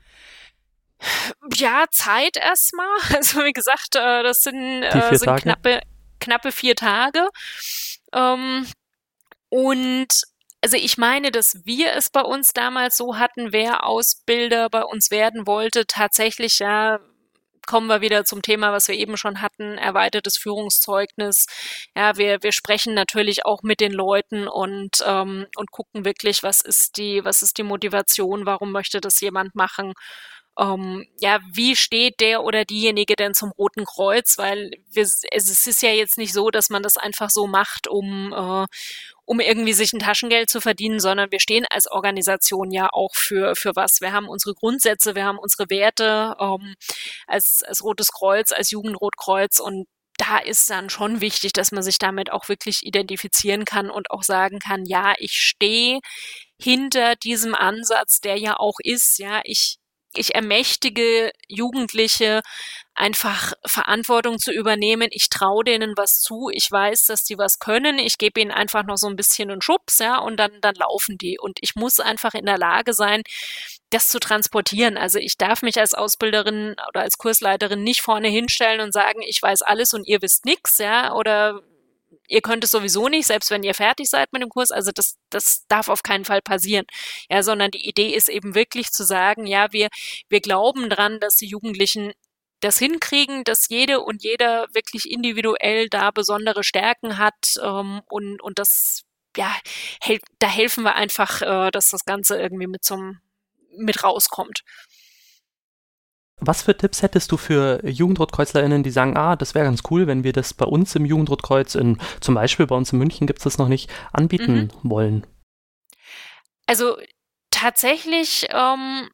Ja, Zeit erstmal. Also wie gesagt, äh, das sind, Die äh, vier sind Tage? knappe, knappe vier Tage. Ähm, und also ich meine, dass wir es bei uns damals so hatten, wer Ausbilder bei uns werden wollte, tatsächlich, ja, kommen wir wieder zum Thema, was wir eben schon hatten, erweitertes Führungszeugnis. Ja, wir, wir sprechen natürlich auch mit den Leuten und, ähm, und gucken wirklich, was ist die, was ist die Motivation, warum möchte das jemand machen? Ähm, ja, wie steht der oder diejenige denn zum Roten Kreuz? Weil wir, es ist ja jetzt nicht so, dass man das einfach so macht, um, äh, um irgendwie sich ein Taschengeld zu verdienen, sondern wir stehen als Organisation ja auch für, für was. Wir haben unsere Grundsätze, wir haben unsere Werte, ähm, als, als Rotes Kreuz, als Jugendrotkreuz, und da ist dann schon wichtig, dass man sich damit auch wirklich identifizieren kann und auch sagen kann, ja, ich stehe hinter diesem Ansatz, der ja auch ist, ja, ich Ich ermächtige Jugendliche, einfach Verantwortung zu übernehmen. Ich traue denen was zu. Ich weiß, dass die was können. Ich gebe ihnen einfach noch so ein bisschen einen Schubs, ja, und dann, dann laufen die. Und ich muss einfach in der Lage sein, das zu transportieren. Also ich darf mich als Ausbilderin oder als Kursleiterin nicht vorne hinstellen und sagen, ich weiß alles und ihr wisst nichts, ja, oder ihr könnt es sowieso nicht, selbst wenn ihr fertig seid mit dem Kurs. Also das, das darf auf keinen Fall passieren. Ja, sondern die Idee ist eben wirklich zu sagen, ja, wir, wir glauben dran, dass die Jugendlichen das hinkriegen, dass jede und jeder wirklich individuell da besondere Stärken hat, ähm, und, und das, ja, hel- da helfen wir einfach, äh, dass das Ganze irgendwie mit zum, mit rauskommt. Was für Tipps hättest du für JugendrotkreuzlerInnen, die sagen, ah, das wäre ganz cool, wenn wir das bei uns im Jugendrotkreuz, in, zum Beispiel bei uns in München gibt es das noch nicht, anbieten Mhm. wollen? Also tatsächlich ähm,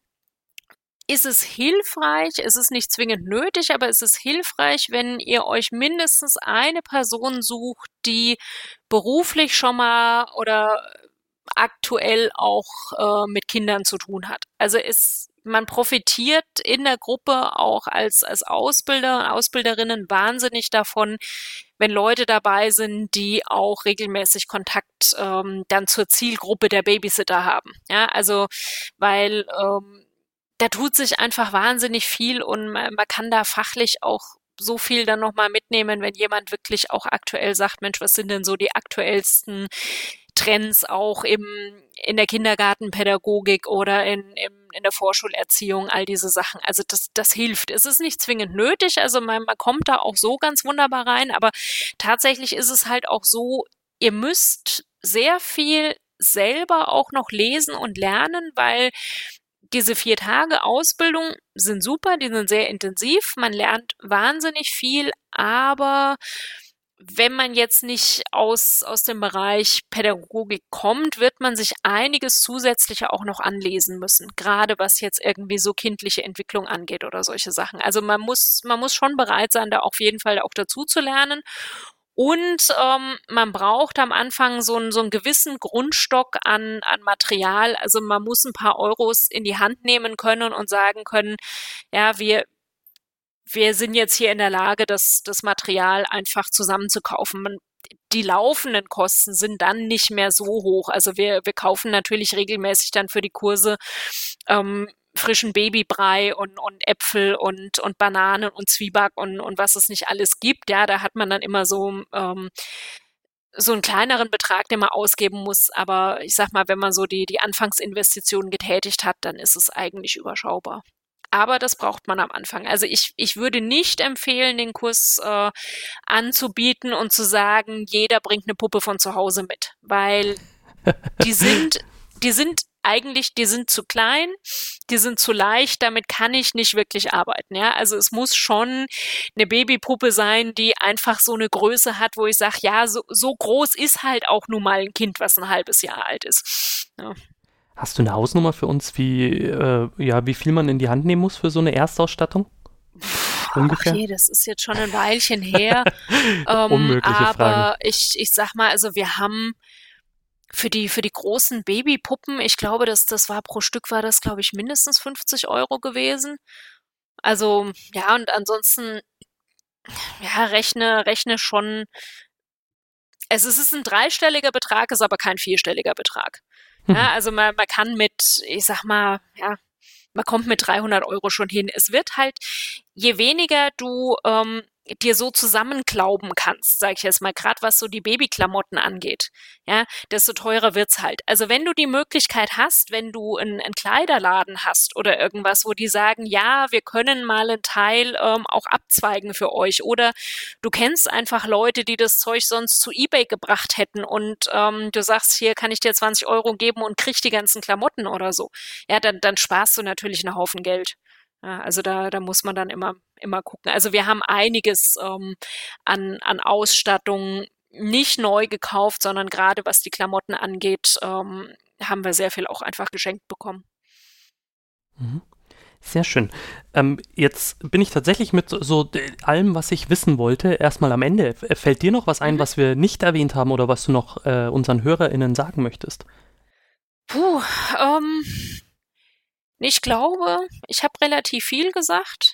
ist es hilfreich, es ist nicht zwingend nötig, aber es ist hilfreich, wenn ihr euch mindestens eine Person sucht, die beruflich schon mal oder aktuell auch äh, mit Kindern zu tun hat. Also es, man profitiert in der Gruppe auch als, als Ausbilder und Ausbilderinnen wahnsinnig davon, wenn Leute dabei sind, die auch regelmäßig Kontakt ähm, dann zur Zielgruppe der Babysitter haben. Ja, also weil ähm, da tut sich einfach wahnsinnig viel und man, man kann da fachlich auch so viel dann nochmal mitnehmen, wenn jemand wirklich auch aktuell sagt, Mensch, was sind denn so die aktuellsten Trends auch im, in der Kindergartenpädagogik oder in, im, in der Vorschulerziehung, all diese Sachen. Also das, das hilft. Es ist nicht zwingend nötig, also man, man kommt da auch so ganz wunderbar rein, aber tatsächlich ist es halt auch so, ihr müsst sehr viel selber auch noch lesen und lernen, weil diese vier Tage Ausbildung sind super, die sind sehr intensiv, man lernt wahnsinnig viel, aber wenn man jetzt nicht aus, aus dem Bereich Pädagogik kommt, wird man sich einiges zusätzliche auch noch anlesen müssen, gerade was jetzt irgendwie so kindliche Entwicklung angeht oder solche Sachen. Also man muss, man muss schon bereit sein, da auf jeden Fall auch dazu zu lernen. Und ähm, man braucht am Anfang so einen, so einen gewissen Grundstock an, an Material. Also man muss ein paar Euros in die Hand nehmen können und sagen können, ja, wir, wir sind jetzt hier in der Lage, das, das Material einfach zusammenzukaufen. Man, die laufenden Kosten sind dann nicht mehr so hoch. Also wir, wir kaufen natürlich regelmäßig dann für die Kurse ähm, frischen Babybrei und, und Äpfel und, und Bananen und Zwieback und, und was es nicht alles gibt. Ja, da hat man dann immer so, ähm, so einen kleineren Betrag, den man ausgeben muss. Aber ich sag mal, wenn man so die, die Anfangsinvestitionen getätigt hat, dann ist es eigentlich überschaubar. Aber das braucht man am Anfang. Also ich, ich würde nicht empfehlen, den Kurs äh, anzubieten und zu sagen, jeder bringt eine Puppe von zu Hause mit, weil die sind, die sind eigentlich, die sind zu klein, die sind zu leicht, damit kann ich nicht wirklich arbeiten. Ja, also es muss schon eine Babypuppe sein, die einfach so eine Größe hat, wo ich sage, ja, so, so groß ist halt auch nun mal ein Kind, was ein halbes Jahr alt ist. Ja. Hast du eine Hausnummer für uns, wie, äh, ja, wie viel man in die Hand nehmen muss für so eine Erstausstattung? ungefähr? Okay, das ist jetzt schon ein Weilchen her. ähm, Unmögliche aber Frage. ich, ich sag mal, also wir haben für die, für die großen Babypuppen, ich glaube, das, das war pro Stück war das, glaube ich, mindestens fünfzig Euro gewesen. Also, ja, und ansonsten, ja, rechne, rechne schon. Also es ist ein dreistelliger Betrag, ist aber kein vierstelliger Betrag. Mhm. Ja, also man, man kann mit, ich sag mal, ja, man kommt mit dreihundert Euro schon hin. Es wird halt, je weniger du ähm, dir so zusammenklauben kannst, sag ich jetzt mal, gerade was so die Babyklamotten angeht, ja, desto teurer wird's halt. Also wenn du die Möglichkeit hast, wenn du einen, einen Kleiderladen hast oder irgendwas, wo die sagen, ja, wir können mal einen Teil ähm, auch abzweigen für euch, oder du kennst einfach Leute, die das Zeug sonst zu eBay gebracht hätten und ähm, du sagst, hier kann ich dir zwanzig Euro geben und krieg die ganzen Klamotten oder so, ja, dann, dann sparst du natürlich einen Haufen Geld. Ja, also da, da muss man dann immer, immer gucken. Also wir haben einiges ähm, an, an Ausstattung nicht neu gekauft, sondern gerade was die Klamotten angeht, ähm, haben wir sehr viel auch einfach geschenkt bekommen. Mhm. Sehr schön. Ähm, jetzt bin ich tatsächlich mit so allem, was ich wissen wollte, erstmal am Ende. Fällt dir noch was ein, mhm. was wir nicht erwähnt haben oder was du noch äh, unseren HörerInnen sagen möchtest? Puh, ähm... Ich glaube, ich habe relativ viel gesagt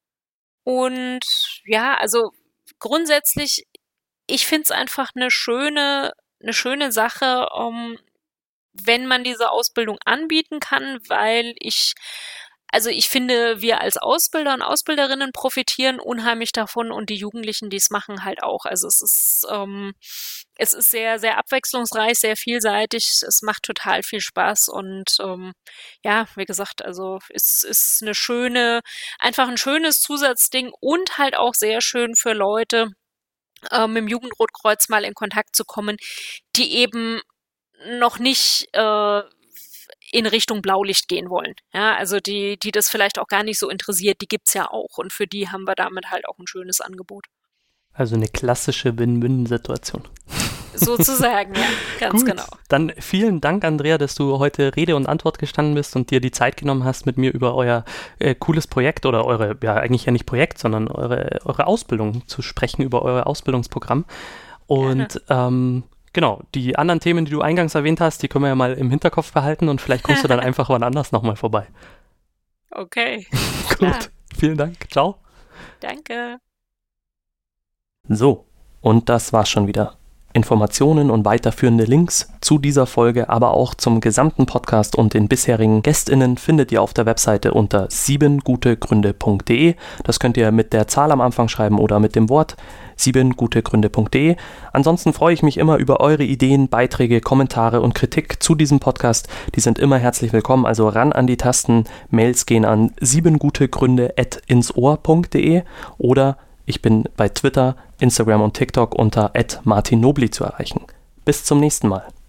und ja, also grundsätzlich, ich finde es einfach eine schöne, eine schöne Sache, um, wenn man diese Ausbildung anbieten kann, weil ich, also ich finde, wir als Ausbilder und Ausbilderinnen profitieren unheimlich davon und die Jugendlichen, die es machen, halt auch. Also es ist, ähm, es ist sehr, sehr abwechslungsreich, sehr vielseitig. Es macht total viel Spaß und ähm, ja, wie gesagt, also es ist eine schöne, einfach ein schönes Zusatzding und halt auch sehr schön für Leute, äh, mit dem Jugendrotkreuz mal in Kontakt zu kommen, die eben noch nicht äh, in Richtung Blaulicht gehen wollen. Ja, also die, die das vielleicht auch gar nicht so interessiert, die gibt's ja auch. Und für die haben wir damit halt auch ein schönes Angebot. Also eine klassische Win-Win-Situation. Sozusagen, ja, ganz Gut, genau. Dann vielen Dank, Andrea, dass du heute Rede und Antwort gestanden bist und dir die Zeit genommen hast, mit mir über euer äh, cooles Projekt oder eure, ja eigentlich ja nicht Projekt, sondern eure, eure Ausbildung zu sprechen, über euer Ausbildungsprogramm. Und ähm, genau, die anderen Themen, die du eingangs erwähnt hast, die können wir ja mal im Hinterkopf behalten und vielleicht kommst du dann einfach wann anders nochmal vorbei. Okay. Gut, klar. Vielen Dank. Ciao. Danke. So, und das war's schon wieder. Informationen und weiterführende Links zu dieser Folge, aber auch zum gesamten Podcast und den bisherigen GästInnen findet ihr auf der Webseite unter sieben gute gründe punkt de. Das könnt ihr mit der Zahl am Anfang schreiben oder mit dem Wort sieben gute gründe punkt de. Ansonsten freue ich mich immer über eure Ideen, Beiträge, Kommentare und Kritik zu diesem Podcast. Die sind immer herzlich willkommen, also ran an die Tasten. Mails gehen an siebengutegründe at insohr punkt de oder ich bin bei Twitter, Instagram und TikTok unter at martin nobli zu erreichen. Bis zum nächsten Mal.